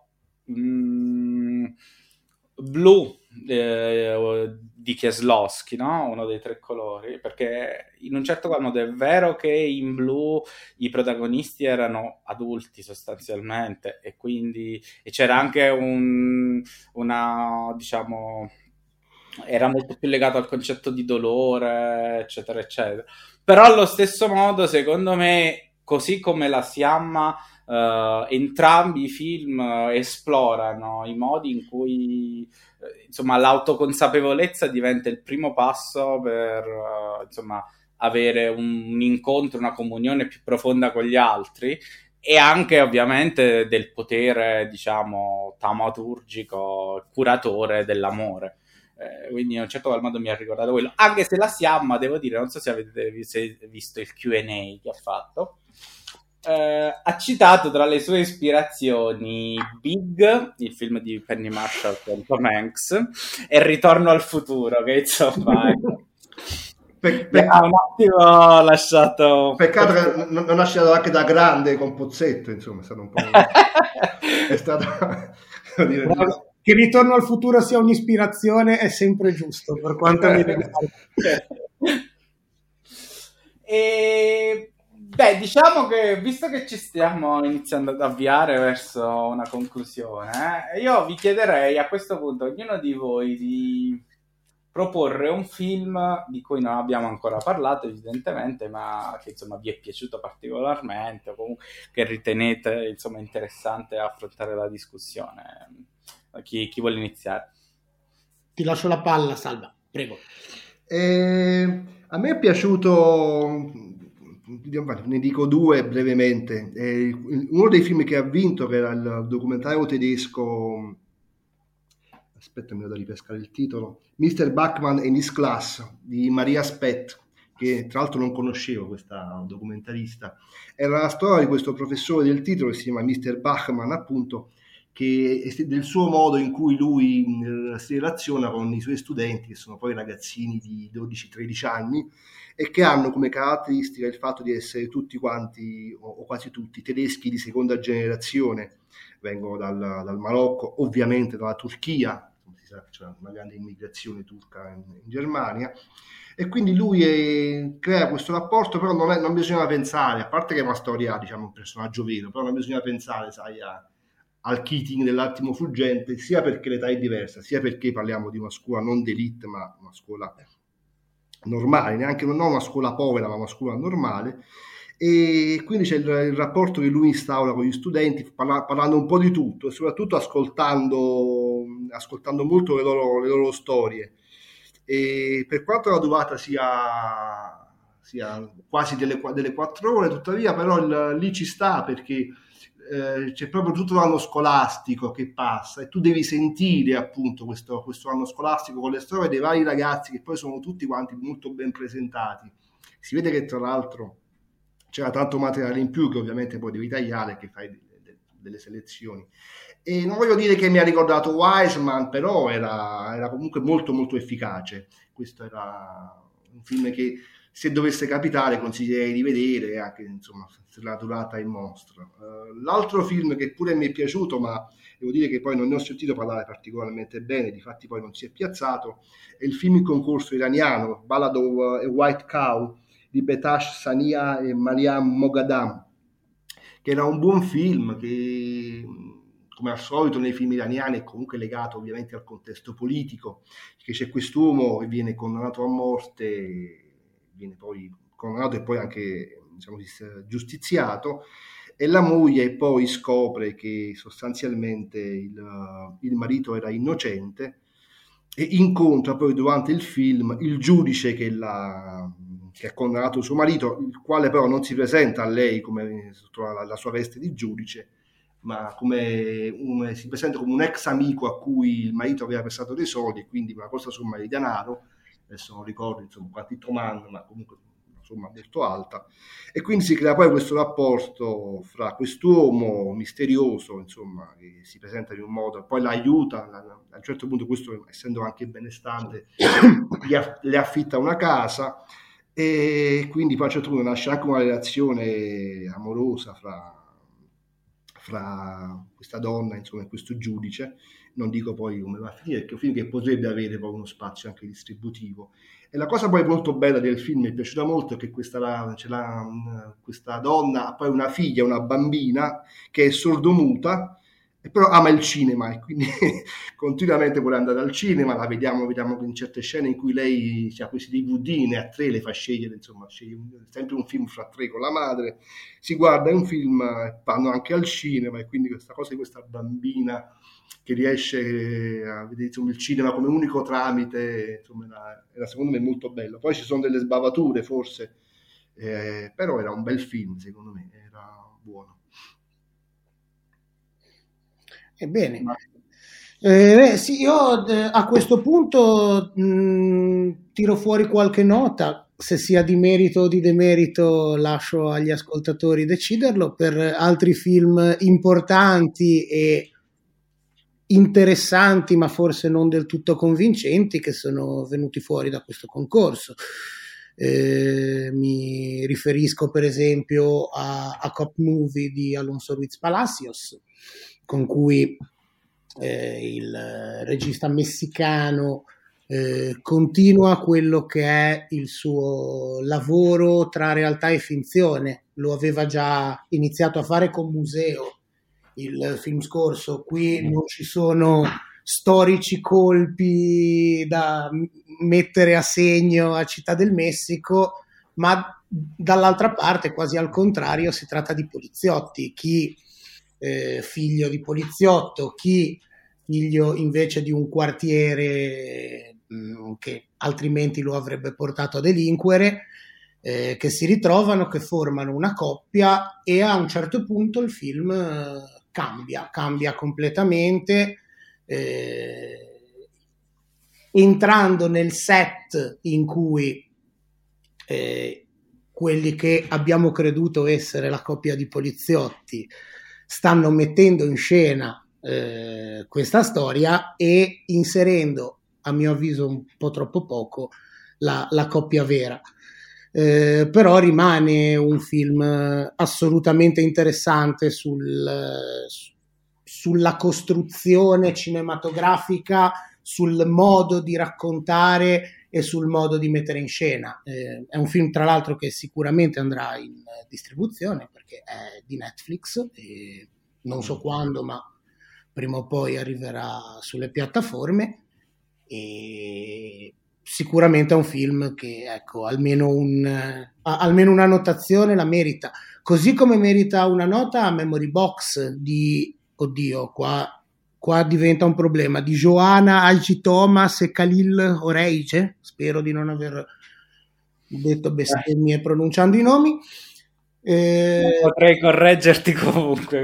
Blu di Kieslowski, no? Uno dei tre colori, perché in un certo qual modo è vero che in Blu i protagonisti erano adulti sostanzialmente e quindi c'era anche una, diciamo, era molto più legato al concetto di dolore, eccetera, eccetera. Però allo stesso modo, secondo me, così come la Siamma, entrambi i film esplorano i modi in cui insomma l'autoconsapevolezza diventa il primo passo per insomma avere un incontro, una comunione più profonda con gli altri, e anche ovviamente del potere, diciamo, taumaturgico, curatore dell'amore. Quindi in un certo qual modo mi ha ricordato quello, anche se la Siamma, devo dire, non so se avete visto il Q&A che ha fatto, ha citato tra le sue ispirazioni Big, il film di Penny Marshall con Tom Hanks, e Ritorno al futuro, che insomma ha un attimo lasciato... Peccato che non ha scelto anche da grande con Pozzetto, insomma, è stato un po'... è stato... Che Ritorno al futuro sia un'ispirazione è sempre giusto, per quanto mi riguarda. E... Beh, diciamo che visto che ci stiamo iniziando ad avviare verso una conclusione, io vi chiederei a questo punto, ognuno di voi, di proporre un film di cui non abbiamo ancora parlato, evidentemente, ma che insomma vi è piaciuto particolarmente o comunque che ritenete insomma interessante affrontare la discussione. Chi vuole iniziare? Ti lascio la palla, Salva, prego. A me è piaciuto, ne dico due brevemente, uno dei film che ha vinto, che era il documentario tedesco, aspetta, mi vado a ripescare il titolo, Mr. Bachmann and His Class di Maria Spett, che tra l'altro non conoscevo, questa documentarista. Era la storia di questo professore del titolo che si chiama Mr. Bachmann, appunto, che del suo modo in cui lui si relaziona con i suoi studenti, che sono poi ragazzini di 12-13 anni, e che hanno come caratteristica il fatto di essere tutti quanti, o quasi tutti, tedeschi di seconda generazione. Vengono dal Marocco, ovviamente dalla Turchia, come si sa che c'è una grande immigrazione turca in Germania, e quindi lui crea questo rapporto, però non bisogna pensare, a parte che è una storia, diciamo, un personaggio vero, però non bisogna pensare, sai, al Keating dell'attimo fuggente, sia perché l'età è diversa, sia perché parliamo di una scuola non d'élite, ma una scuola normale, neanche non una scuola povera, ma una scuola normale. E quindi c'è il rapporto che lui instaura con gli studenti, parlando un po' di tutto e soprattutto ascoltando molto le loro storie. E per quanto la durata sia quasi delle 4 ore, tuttavia però lì ci sta, perché c'è proprio tutto l'anno scolastico che passa e tu devi sentire appunto questo anno scolastico con le storie dei vari ragazzi, che poi sono tutti quanti molto ben presentati. Si vede che tra l'altro c'era tanto materiale in più, che ovviamente poi devi tagliare, che fai delle selezioni. E non voglio dire che mi ha ricordato Wiseman, però era comunque molto molto efficace. Questo era un film che se dovesse capitare consiglierei di vedere, anche insomma se la durata è mostra. L'altro film che pure mi è piaciuto, ma devo dire che poi non ne ho sentito parlare particolarmente bene, difatti poi non si è piazzato, è il film in concorso iraniano, Ballad of a White Cow, di Betash Sania e Mariam Moghadam, che era un buon film che, come al solito nei film iraniani, è comunque legato ovviamente al contesto politico, che c'è quest'uomo che viene condannato a morte, viene poi condannato e poi anche, diciamo, giustiziato, e la moglie poi scopre che sostanzialmente il marito era innocente e incontra poi durante il film il giudice che ha condannato suo marito, il quale però non si presenta a lei come sotto la sua veste di giudice, ma si presenta come un ex amico a cui il marito aveva prestato dei soldi, e quindi una grossa somma di denaro, adesso non ricordo insomma quanti tomando, ma comunque una somma molto alta, e quindi si crea poi questo rapporto fra quest'uomo misterioso, insomma, che si presenta in un modo, poi la aiuta, a un certo punto questo, essendo anche benestante, le affitta una casa, e quindi poi a un certo punto nasce anche una relazione amorosa fra questa donna, insomma, e questo giudice. Non dico poi come va a finire, perché è un film che potrebbe avere poi uno spazio anche distributivo. E la cosa poi molto bella del film, mi è piaciuta molto, è che questa donna ha poi una figlia, una bambina, che è sordomuta, e però ama il cinema, e quindi continuamente vuole andare al cinema. La vediamo in certe scene in cui lei ha questi DVD, ne ha 3, le fa scegliere, insomma, sceglie sempre un film fra 3 con la madre, si guarda un film, vanno anche al cinema, e quindi questa cosa di questa bambina che riesce a vedere, insomma, il cinema come unico tramite, insomma, era secondo me molto bello. Poi ci sono delle sbavature forse, però era un bel film, secondo me, era buono. Ebbene, sì, io a questo punto tiro fuori qualche nota, se sia di merito o di demerito lascio agli ascoltatori deciderlo, per altri film importanti e interessanti ma forse non del tutto convincenti che sono venuti fuori da questo concorso. Mi riferisco per esempio a Cop Movie di Alonso Ruiz Palacios, con cui il regista messicano continua quello che è il suo lavoro tra realtà e finzione. Lo aveva già iniziato a fare con Museo il film scorso. Qui non ci sono storici colpi da mettere a segno a Città del Messico, ma dall'altra parte, quasi al contrario, si tratta di poliziotti, chi figlio di poliziotto, chi figlio invece di un quartiere che altrimenti lo avrebbe portato a delinquere, che si ritrovano, che formano una coppia, e a un certo punto il film cambia completamente, entrando nel set in cui quelli che abbiamo creduto essere la coppia di poliziotti stanno mettendo in scena questa storia e inserendo, a mio avviso un po' troppo poco, la coppia vera. Però rimane un film assolutamente interessante sulla costruzione cinematografica, sul modo di raccontare e sul modo di mettere in scena. È un film, tra l'altro, che sicuramente andrà in distribuzione perché è di Netflix e non so quando, ma prima o poi arriverà sulle piattaforme, e sicuramente è un film che, ecco, almeno una notazione la merita, così come merita una nota a Memory Box di, oddio, qua diventa un problema, di Joanna Haji Thomas e Khalil Oreige, spero di non aver detto bestemmie pronunciando i nomi. Potrei correggerti comunque.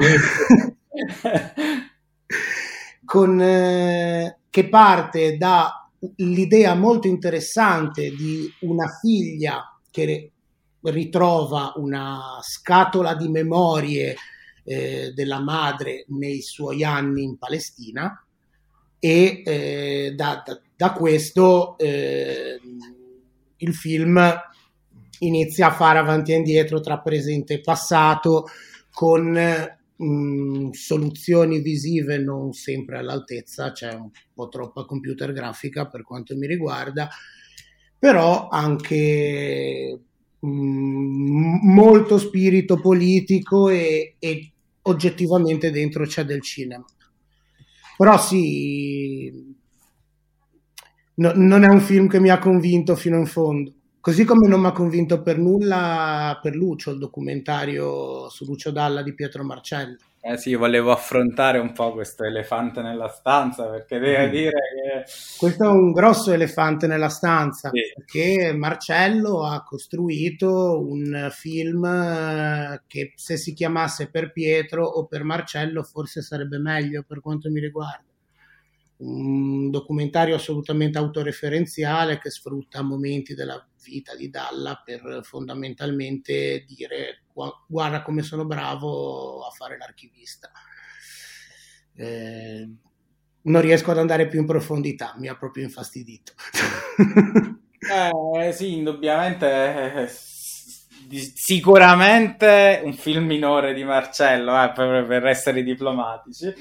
Che parte da l'idea molto interessante di una figlia che ritrova una scatola di memorie della madre nei suoi anni in Palestina, e da questo il film inizia a fare avanti e indietro tra presente e passato con soluzioni visive non sempre all'altezza, c'è un po' troppa computer grafica per quanto mi riguarda, però anche molto spirito politico e oggettivamente dentro c'è del cinema. Però sì, non è un film che mi ha convinto fino in fondo. Così come non mi ha convinto per nulla per Lucio, il documentario su Lucio Dalla di Pietro Marcelli. Sì, volevo affrontare un po' questo elefante nella stanza, perché devo dire che... Questo è un grosso elefante nella stanza, Sì. perché Marcello ha costruito un film che se si chiamasse Per Pietro o Per Marcello forse sarebbe meglio per quanto mi riguarda. Un documentario assolutamente autoreferenziale che sfrutta momenti della vita di Dalla per fondamentalmente dire guarda come sono bravo a fare l'archivista. Non riesco ad andare più in profondità, mi ha proprio infastidito. Sì, indubbiamente, sicuramente un film minore di Marcello, per essere diplomatici.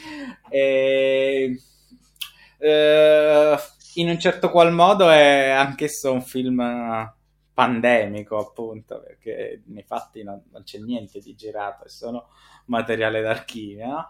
In un certo qual modo è anch'esso un film pandemico, appunto, perché nei fatti non c'è niente di girato, è solo materiale d'archivio, no?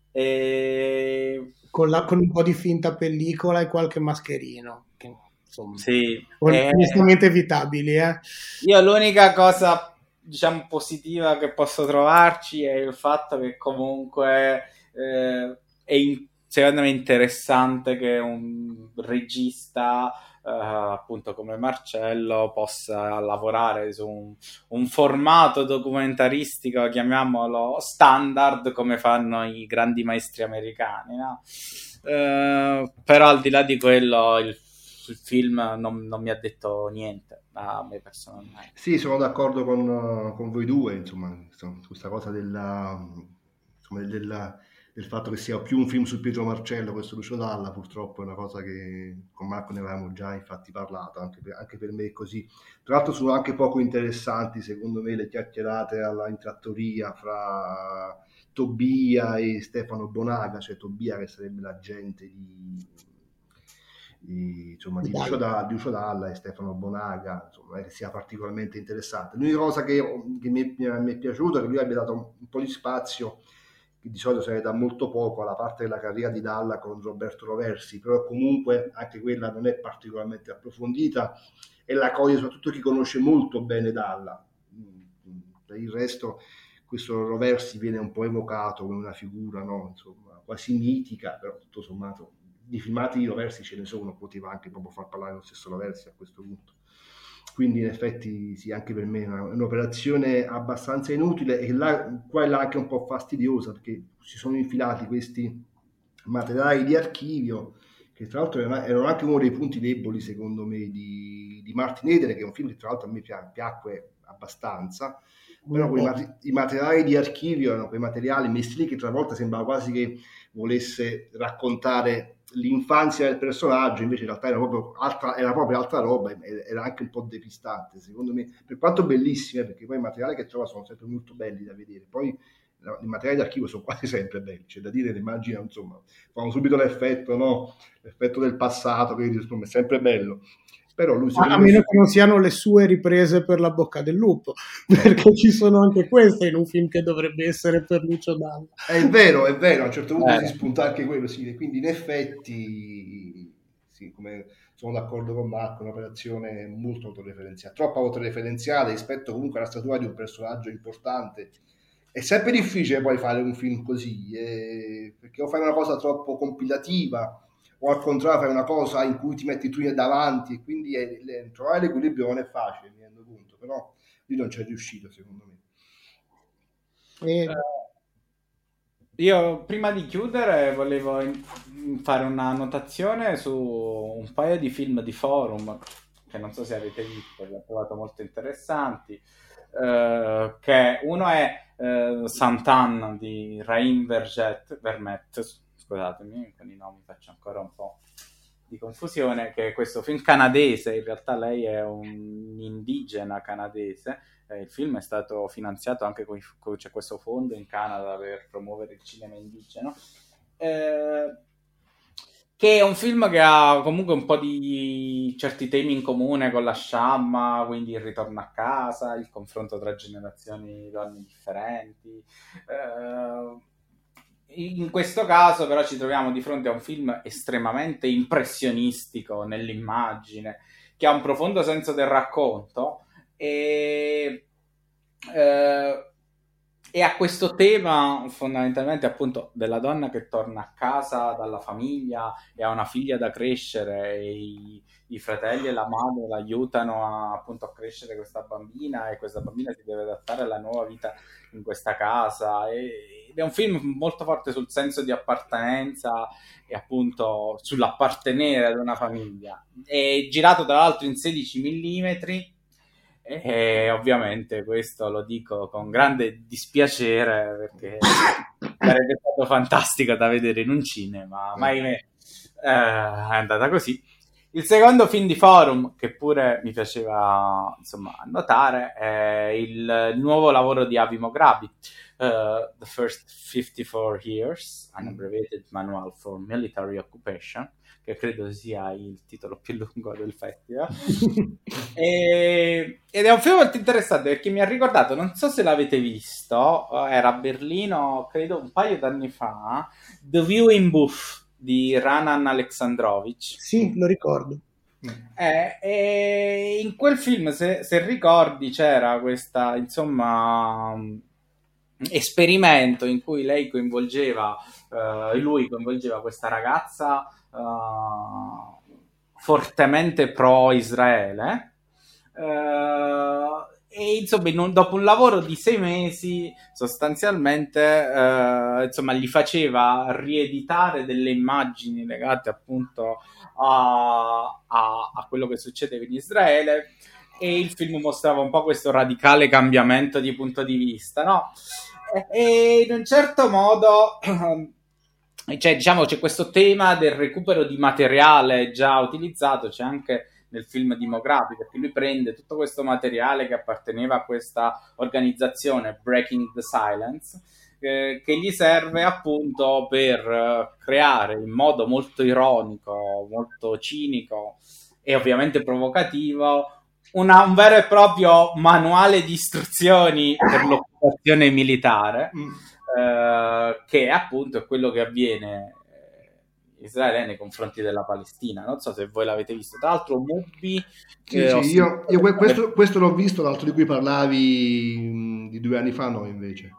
Con un po' di finta pellicola e qualche mascherino, che insomma, sì, onestamente evitabili. Io l'unica cosa, diciamo, positiva che posso trovarci è il fatto che comunque secondo me interessante che un regista appunto come Marcello possa lavorare su un formato documentaristico, chiamiamolo standard, come fanno i grandi maestri americani, no? Però al di là di quello il film non mi ha detto niente a me personalmente. Sì, sono d'accordo con voi due, insomma, questa cosa del fatto che sia più un film su Pietro Marcello questo Lucio Dalla, purtroppo è una cosa che con Marco ne avevamo già infatti parlato, anche per me è così. Tra l'altro sono anche poco interessanti secondo me le chiacchierate in trattoria fra Tobia e Stefano Bonaga, cioè Tobia che sarebbe l'agente di Lucio Dalla e Stefano Bonaga, insomma, non è che sia particolarmente interessante. L'unica cosa che mi è piaciuta è che lui abbia dato un po' di spazio, che di solito se ne dà molto poco, alla parte della carriera di Dalla con Roberto Roversi, però comunque anche quella non è particolarmente approfondita e la coglie soprattutto chi conosce molto bene Dalla. Per il resto questo Roversi viene un po' evocato come una figura, no? Insomma, quasi mitica, però tutto sommato di filmati di Roversi ce ne sono, poteva anche proprio far parlare lo stesso Roversi a questo punto. Quindi in effetti sì, anche per me è un'operazione abbastanza inutile e qua è là anche un po' fastidiosa, perché si sono infilati questi materiali di archivio che tra l'altro erano anche uno dei punti deboli secondo me di Martin Eden, che è un film che tra l'altro a me piacque abbastanza, però i materiali di archivio erano quei materiali messi lì che tra l'altro sembrava quasi che volesse raccontare l'infanzia del personaggio, invece in realtà era proprio altra roba, era anche un po' depistante secondo me, per quanto bellissime, perché poi i materiali che trova sono sempre molto belli da vedere, poi i materiali d'archivio sono quasi sempre belli, c'è da dire, immagina, insomma, fanno subito l'effetto, no? L'effetto del passato, che insomma, è sempre bello. Però lui, a meno che non siano le sue riprese per La bocca del lupo, perché ci sono anche queste in un film che dovrebbe essere per Lucio Dalla. È vero, a un certo punto si spunta anche quello, sì, quindi in effetti sì, come sono d'accordo con Marco, è un'operazione molto autoreferenziale, troppo autoreferenziale rispetto comunque alla statura di un personaggio importante. È sempre difficile poi fare un film così, perché o fai una cosa troppo compilativa o al contrario fai una cosa in cui ti metti tu davanti, e quindi trovare l'equilibrio non è facile, mi rendo conto, però lì non c'è riuscito secondo me. Io prima di chiudere volevo fare una notazione su un paio di film di forum che non so se avete visto, li ho trovato molto interessanti. Che uno è Santan di Rain Vermette, scusatemi, con i nomi faccio ancora un po' di confusione, che è questo film canadese. In realtà lei è un indigena canadese. Il film è stato finanziato anche c'è questo fondo in Canada per promuovere il cinema indigeno, che è un film che ha comunque un po' di certi temi in comune con la Sciamma, quindi il ritorno a casa, il confronto tra generazioni di donne differenti. In questo caso però ci troviamo di fronte a un film estremamente impressionistico nell'immagine, che ha un profondo senso del racconto e a questo tema fondamentalmente appunto della donna che torna a casa dalla famiglia e ha una figlia da crescere, e i fratelli e la madre l'aiutano appunto a crescere questa bambina, e questa bambina si deve adattare alla nuova vita in questa casa, ed è un film molto forte sul senso di appartenenza e appunto sull'appartenere ad una famiglia. È girato tra l'altro in 16 mm, e ovviamente questo lo dico con grande dispiacere, perché sarebbe stato fantastico da vedere in un cinema, ma ahimè è andata così. Il secondo film di Forum, che pure mi piaceva insomma annotare, è il nuovo lavoro di Avi Mograbi, The First 54 Years, an abbreviated manual for military occupation, che credo sia il titolo più lungo del festival. Ed è un film molto interessante perché mi ha ricordato, non so se l'avete visto, era a Berlino credo un paio d'anni fa, The Viewing Booth di Ranan Aleksandrovich. Sì, lo ricordo. E in quel film, se ricordi, c'era questa insomma esperimento in cui lui coinvolgeva questa ragazza fortemente pro-Israele, e insomma dopo un lavoro di 6 mesi sostanzialmente insomma gli faceva rieditare delle immagini legate appunto a quello che succedeva in Israele, e il film mostrava un po' questo radicale cambiamento di punto di vista, no? E in un certo modo cioè, diciamo, c'è questo tema del recupero di materiale già utilizzato, c'è anche nel film di Mograbi, perché lui prende tutto questo materiale che apparteneva a questa organizzazione Breaking the Silence, che gli serve appunto per creare in modo molto ironico, molto cinico e ovviamente provocativo un vero e proprio manuale di istruzioni per l'occupazione militare, che appunto è quello che avviene in Israele nei confronti della Palestina. Non so se voi l'avete visto. Tra l'altro Mubi... Sì, io questo l'ho visto, l'altro di cui parlavi di 2 anni fa, no invece.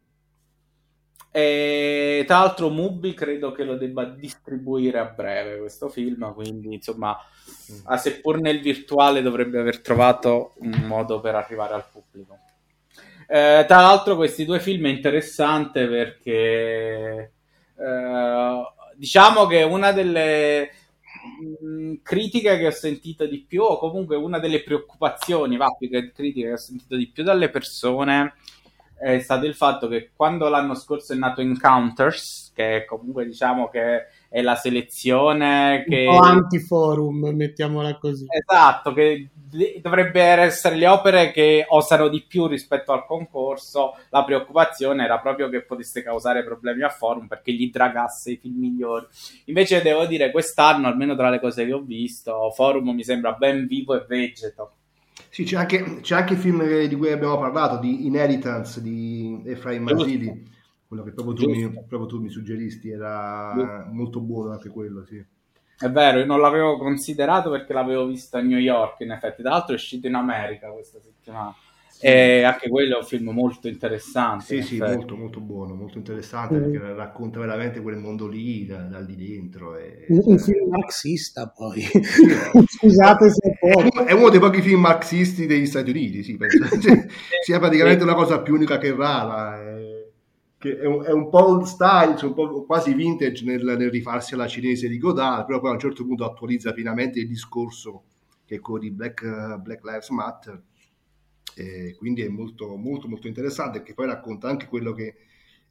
E tra l'altro Mubi credo che lo debba distribuire a breve questo film, quindi insomma seppur nel virtuale dovrebbe aver trovato un modo per arrivare al pubblico. Tra l'altro questi 2 film è interessante perché diciamo che una delle critiche che ho sentito di più, o comunque una delle preoccupazioni, più che critiche che ho sentito di più dalle persone, è stato il fatto che quando l'anno scorso è nato Encounters, che comunque diciamo che è la selezione che... Un po' anti-forum, mettiamola così. Esatto, che dovrebbe essere le opere che osano di più rispetto al concorso. La preoccupazione era proprio che potesse causare problemi a Forum perché gli dragasse i film migliori. Invece devo dire, quest'anno, almeno tra le cose che ho visto, Forum mi sembra ben vivo e vegeto. Sì, c'è anche il film di cui abbiamo parlato, di Inheritance di Efraim Masili, quello che proprio tu mi suggeristi, era molto buono anche quello, sì. È vero, io non l'avevo considerato perché l'avevo visto a New York, in effetti. Tra l'altro è uscito in America questa settimana. Sì. E anche quello è un film molto interessante. Sì, molto molto buono, molto interessante, perché racconta veramente quel mondo lì da lì dentro. Un film marxista, poi. Scusate se è uno dei pochi film marxisti degli Stati Uniti, sì, penso. Sia praticamente una cosa più unica che rara. Che è un po' un style, cioè un po' quasi vintage nel rifarsi alla cinese di Godard, però poi a un certo punto attualizza pienamente il discorso che è quello di Black Lives Matter. E quindi è molto molto molto interessante, che poi racconta anche quello che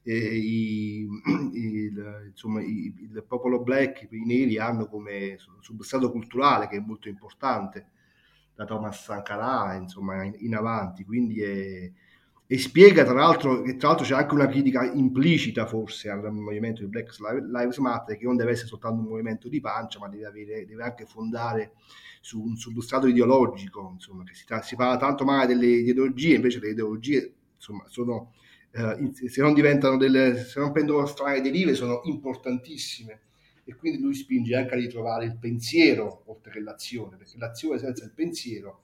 insomma, il popolo black, i neri hanno come substrato culturale che è molto importante, da Thomas Sankara, insomma, in avanti, quindi e spiega tra l'altro che c'è anche una critica implicita forse al movimento di Black Lives Matter, che non deve essere soltanto un movimento di pancia, ma deve anche fondare su un substrato ideologico, insomma, che si parla tanto male delle ideologie, invece le ideologie, insomma, sono se non prendono strane derive, sono importantissime, e quindi lui spinge anche a ritrovare il pensiero oltre che l'azione, perché l'azione senza il pensiero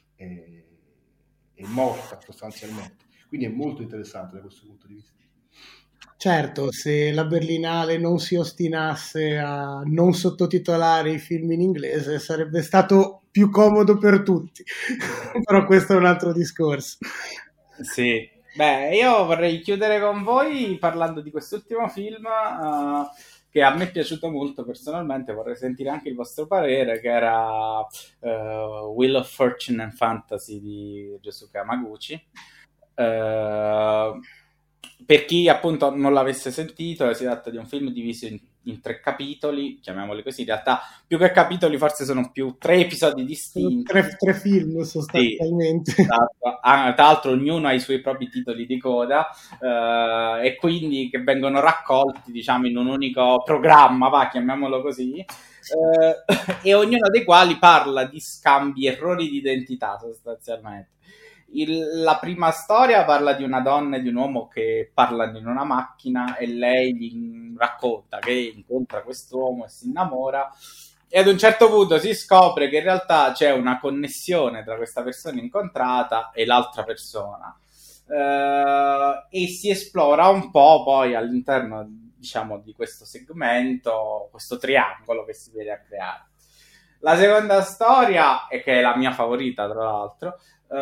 è morta sostanzialmente. Quindi è molto interessante da questo punto di vista. Certo, se la Berlinale non si ostinasse a non sottotitolare i film in inglese sarebbe stato più comodo per tutti, però questo è un altro discorso. Sì, beh, io vorrei chiudere con voi parlando di quest'ultimo film che a me è piaciuto molto personalmente, vorrei sentire anche il vostro parere, che era Wheel of Fortune and Fantasy di Yosuke Hamaguchi. Per chi appunto non l'avesse sentito, si tratta di un film diviso in 3 capitoli, chiamiamoli così. In realtà più che capitoli forse sono più 3 episodi distinti, 3 film sostanzialmente. Sì, tra l'altro ognuno ha i suoi propri titoli di coda, e quindi che vengono raccolti, diciamo, in un unico programma, chiamiamolo così, e ognuno dei quali parla di scambi, errori di identità sostanzialmente. La prima storia parla di una donna e di un uomo che parlano in una macchina, e lei gli racconta che incontra quest'uomo e si innamora, e ad un certo punto si scopre che in realtà c'è una connessione tra questa persona incontrata e l'altra persona, e si esplora un po' poi all'interno, diciamo, di questo segmento, questo triangolo che si viene a creare. La seconda storia, e che è la mia favorita tra l'altro,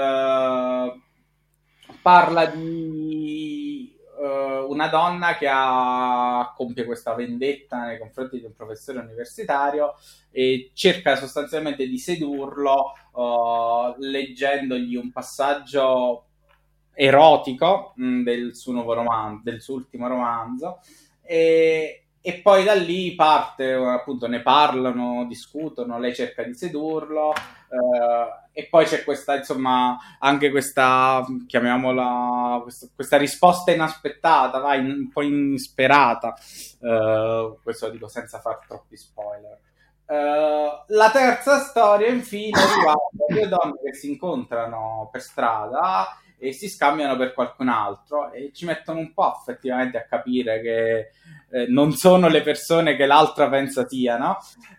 parla di una donna che compie questa vendetta nei confronti di un professore universitario e cerca sostanzialmente di sedurlo, leggendogli un passaggio erotico del suo nuovo romanzo, del suo ultimo romanzo, e poi da lì parte, appunto, ne parlano, discutono, lei cerca di sedurlo, e poi c'è questa, insomma, anche questa, chiamiamola, questa risposta inaspettata, un po' insperata, questo lo dico senza far troppi spoiler. La terza storia infine riguarda 2 donne che si incontrano per strada e si scambiano per qualcun altro, e ci mettono un po' effettivamente a capire che non sono le persone che l'altra pensa siano,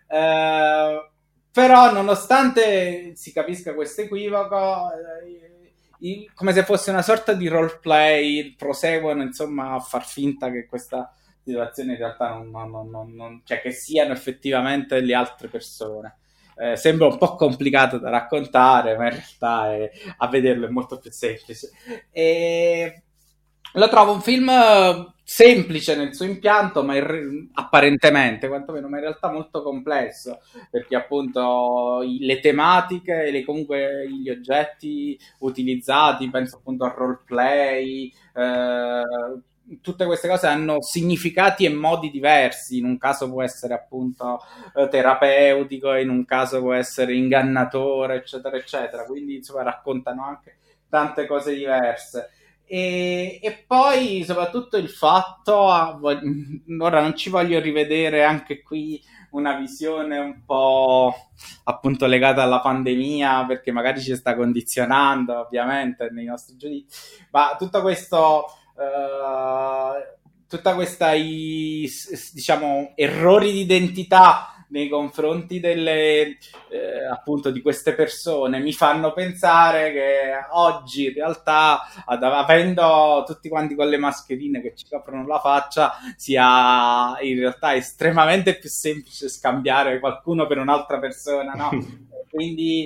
però nonostante si capisca questo equivoco, come se fosse una sorta di roleplay, proseguono insomma a far finta che questa situazione in realtà cioè che siano effettivamente le altre persone. Sembra un po' complicato da raccontare, ma in realtà a vederlo è molto più semplice. E lo trovo un film semplice nel suo impianto, ma apparentemente, quantomeno, ma in realtà molto complesso, perché appunto le tematiche e comunque gli oggetti utilizzati, penso appunto al roleplay, tutte queste cose hanno significati e modi diversi. In un caso può essere appunto terapeutico, in un caso può essere ingannatore, eccetera eccetera, quindi insomma raccontano anche tante cose diverse. E poi soprattutto il fatto, ora non ci voglio rivedere anche qui una visione un po' appunto legata alla pandemia, perché magari ci sta condizionando ovviamente nei nostri giudizi, ma tutto questo tutta questa diciamo errori di identità nei confronti delle appunto di queste persone mi fanno pensare che oggi in realtà, avendo tutti quanti con le mascherine che ci coprono la faccia, sia in realtà estremamente più semplice scambiare qualcuno per un'altra persona, no? Quindi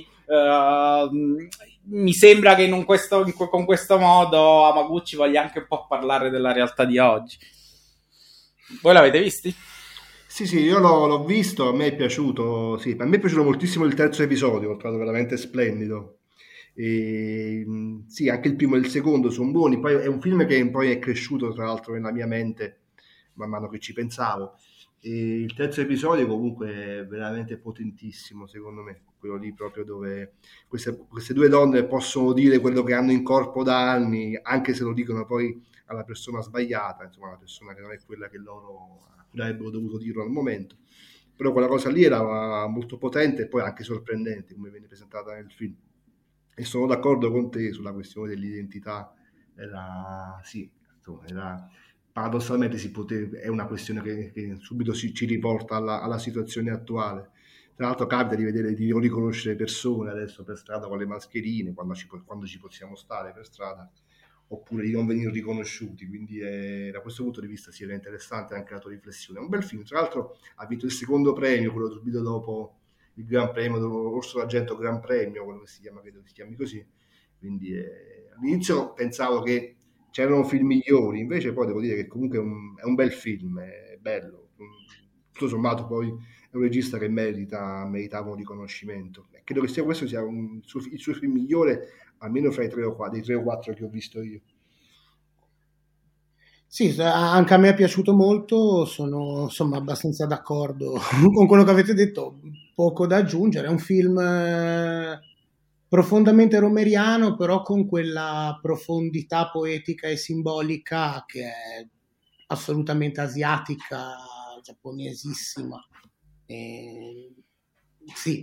mi sembra che con questo modo Hamaguchi voglia anche un po' parlare della realtà di oggi. Voi l'avete visti? Sì, io l'ho visto, a me è piaciuto, sì, a me è piaciuto moltissimo il terzo episodio, l'ho trovato veramente splendido. Sì, anche il primo e il secondo sono buoni. Poi è un film che poi è cresciuto, tra l'altro, nella mia mente man mano che ci pensavo. E il terzo episodio comunque è veramente potentissimo, secondo me, quello lì proprio dove queste due donne possono dire quello che hanno in corpo da anni, anche se lo dicono poi alla persona sbagliata, insomma, alla persona che non è quella che loro avrebbero dovuto dirlo al momento. Però quella cosa lì era molto potente e poi anche sorprendente come viene presentata nel film. E sono d'accordo con te sulla questione dell'identità. Sì, insomma, paradossalmente è una questione che subito ci riporta alla situazione attuale. Tra l'altro capita di vedere, di riconoscere persone adesso per strada con le mascherine, quando ci possiamo stare per strada, oppure di non venire riconosciuti. Quindi da questo punto di vista sì, era interessante anche la tua riflessione. È un bel film, tra l'altro ha vinto il secondo premio, quello subito dopo il Gran Premio, l'Orso d'Argento Gran Premio, quello che si chiama, credo si chiami così. Quindi all'inizio pensavo che c'erano film migliori, invece poi devo dire che comunque è un bel film, è bello. Tutto sommato poi è un regista che meritava un riconoscimento. E credo che questo sia il suo film migliore, almeno fra i 3 o 4 che ho visto io. Sì, anche a me è piaciuto molto, sono insomma abbastanza d'accordo con quello che avete detto, poco da aggiungere, è un film profondamente romeriano, però con quella profondità poetica e simbolica che è assolutamente asiatica, giapponesissima. E, sì,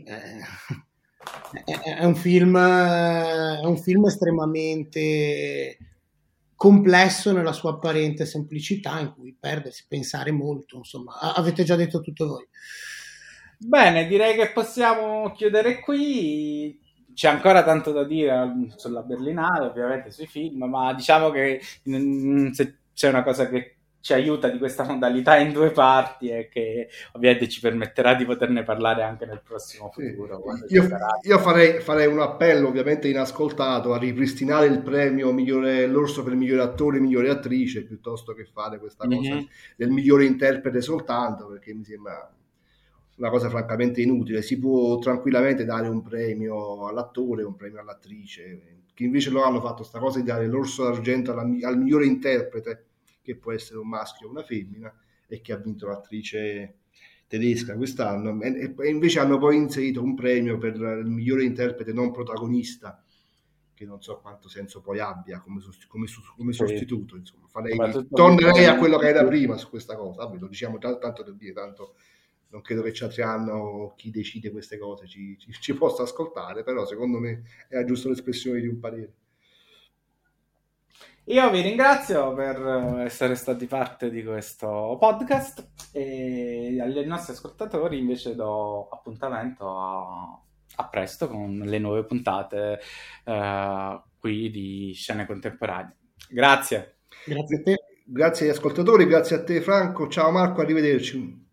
è un film estremamente complesso nella sua apparente semplicità, in cui perdersi, pensare molto, insomma, avete già detto tutto voi. Bene, direi che possiamo chiudere qui. C'è ancora tanto da dire sulla Berlinale, ovviamente sui film, ma diciamo che se c'è una cosa che ci aiuta di questa modalità in due parti e che ovviamente ci permetterà di poterne parlare anche nel prossimo futuro. Sì. Io farei un appello, ovviamente inascoltato, a ripristinare il premio migliore, l'Orso per migliore attore, migliore attrice, piuttosto che fare questa cosa del migliore interprete soltanto, perché mi sembra una cosa francamente inutile. Si può tranquillamente dare un premio all'attore, un premio all'attrice, che invece loro hanno fatto sta cosa di dare l'Orso d'Argento al migliore interprete, che può essere un maschio o una femmina, e che ha vinto l'attrice tedesca quest'anno, e invece hanno poi inserito un premio per il migliore interprete non protagonista, che non so quanto senso poi abbia come sostituto. Insomma, tornerei a quello che era prima su questa cosa. Vabbè, lo diciamo tanto per dire, tanto non credo che Ciatriano, chi decide queste cose, ci possa ascoltare, però secondo me è giusto l'espressione di un parere. Io vi ringrazio per essere stati parte di questo podcast e agli nostri ascoltatori invece do appuntamento a presto con le nuove puntate qui di Scene Contemporanee. Grazie. Grazie a te. Grazie agli ascoltatori, grazie a te Franco, ciao Marco, arrivederci.